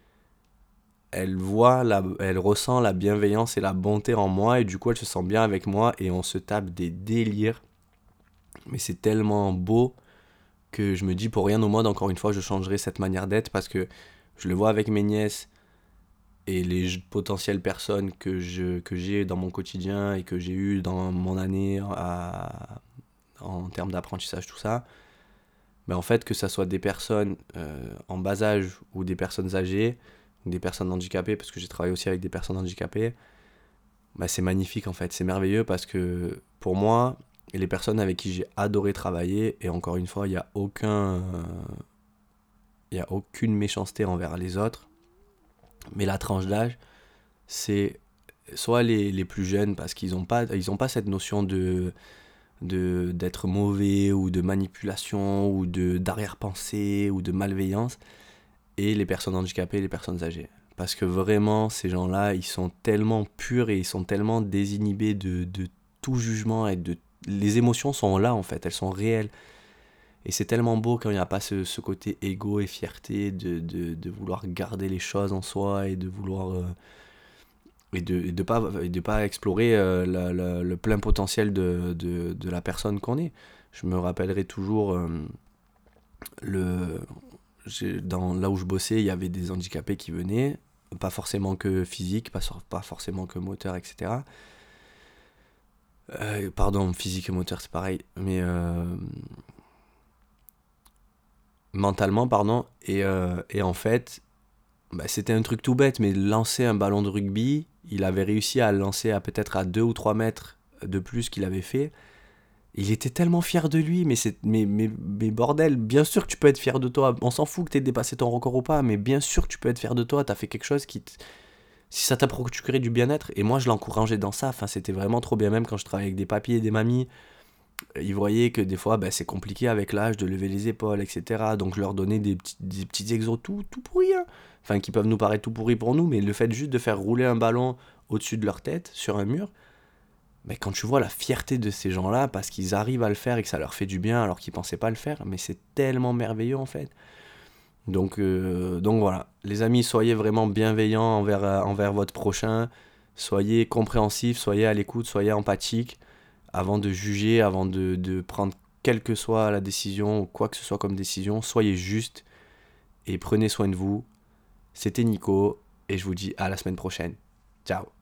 Speaker 1: elle ressent la bienveillance et la bonté en moi et du coup elle se sent bien avec moi et on se tape des délires. Mais c'est tellement beau que je me dis pour rien au monde, encore une fois, je changerai cette manière d'être parce que je le vois avec mes nièces et les potentielles personnes que j'ai dans mon quotidien et que j'ai eu dans mon année en termes d'apprentissage, tout ça. Mais en fait, que ça soit des personnes en bas âge ou des personnes âgées, ou des personnes handicapées, parce que j'ai travaillé aussi avec des personnes handicapées, bah c'est magnifique en fait, c'est merveilleux parce que pour moi, et les personnes avec qui j'ai adoré travailler, et encore une fois, il y a aucune méchanceté envers les autres, mais la tranche d'âge, c'est soit les plus jeunes parce qu'ils ont pas cette notion d'être mauvais ou de manipulation ou d'arrière-pensée ou de malveillance, et les personnes handicapées et les personnes âgées. Parce que vraiment, ces gens-là, ils sont tellement purs et ils sont tellement désinhibés de tout jugement et les émotions sont là en fait, elles sont réelles. Et c'est tellement beau quand il n'y a pas ce côté égo et fierté de vouloir garder les choses en soi et de vouloir et de pas explorer le plein potentiel de la personne qu'on est. Je me rappellerai toujours le là où je bossais, il y avait des handicapés qui venaient, pas forcément que physique, pas forcément que moteur, etc. Pardon, physique et moteur, c'est pareil, mais mentalement, pardon. Et en fait, bah, c'était un truc tout bête, mais lancer un ballon de rugby, il avait réussi à le lancer à peut-être à 2 ou 3 mètres de plus qu'il avait fait. Il était tellement fier de lui, mais bordel, bien sûr que tu peux être fier de toi. On s'en fout que t'aies dépassé ton record ou pas, mais bien sûr que tu peux être fier de toi. T'as fait quelque chose si ça t'a procuré du bien-être, et moi je l'encourageais dans ça, enfin c'était vraiment trop bien, même quand je travaillais avec des papis et des mamies, ils voyaient que des fois c'est compliqué avec l'âge de lever les épaules, etc. Donc je leur donnais des petits exos tout pourris, hein. Enfin qui peuvent nous paraître tout pourris pour nous, mais le fait juste de faire rouler un ballon au-dessus de leur tête, sur un mur, mais quand tu vois la fierté de ces gens-là, parce qu'ils arrivent à le faire et que ça leur fait du bien alors qu'ils pensaient pas le faire, mais c'est tellement merveilleux en fait. Donc voilà, les amis, soyez vraiment bienveillants envers votre prochain, soyez compréhensifs, soyez à l'écoute, soyez empathiques, avant de juger, avant de prendre quelle que soit la décision ou quoi que ce soit comme décision, soyez juste et prenez soin de vous. C'était Nico et je vous dis à la semaine prochaine. Ciao.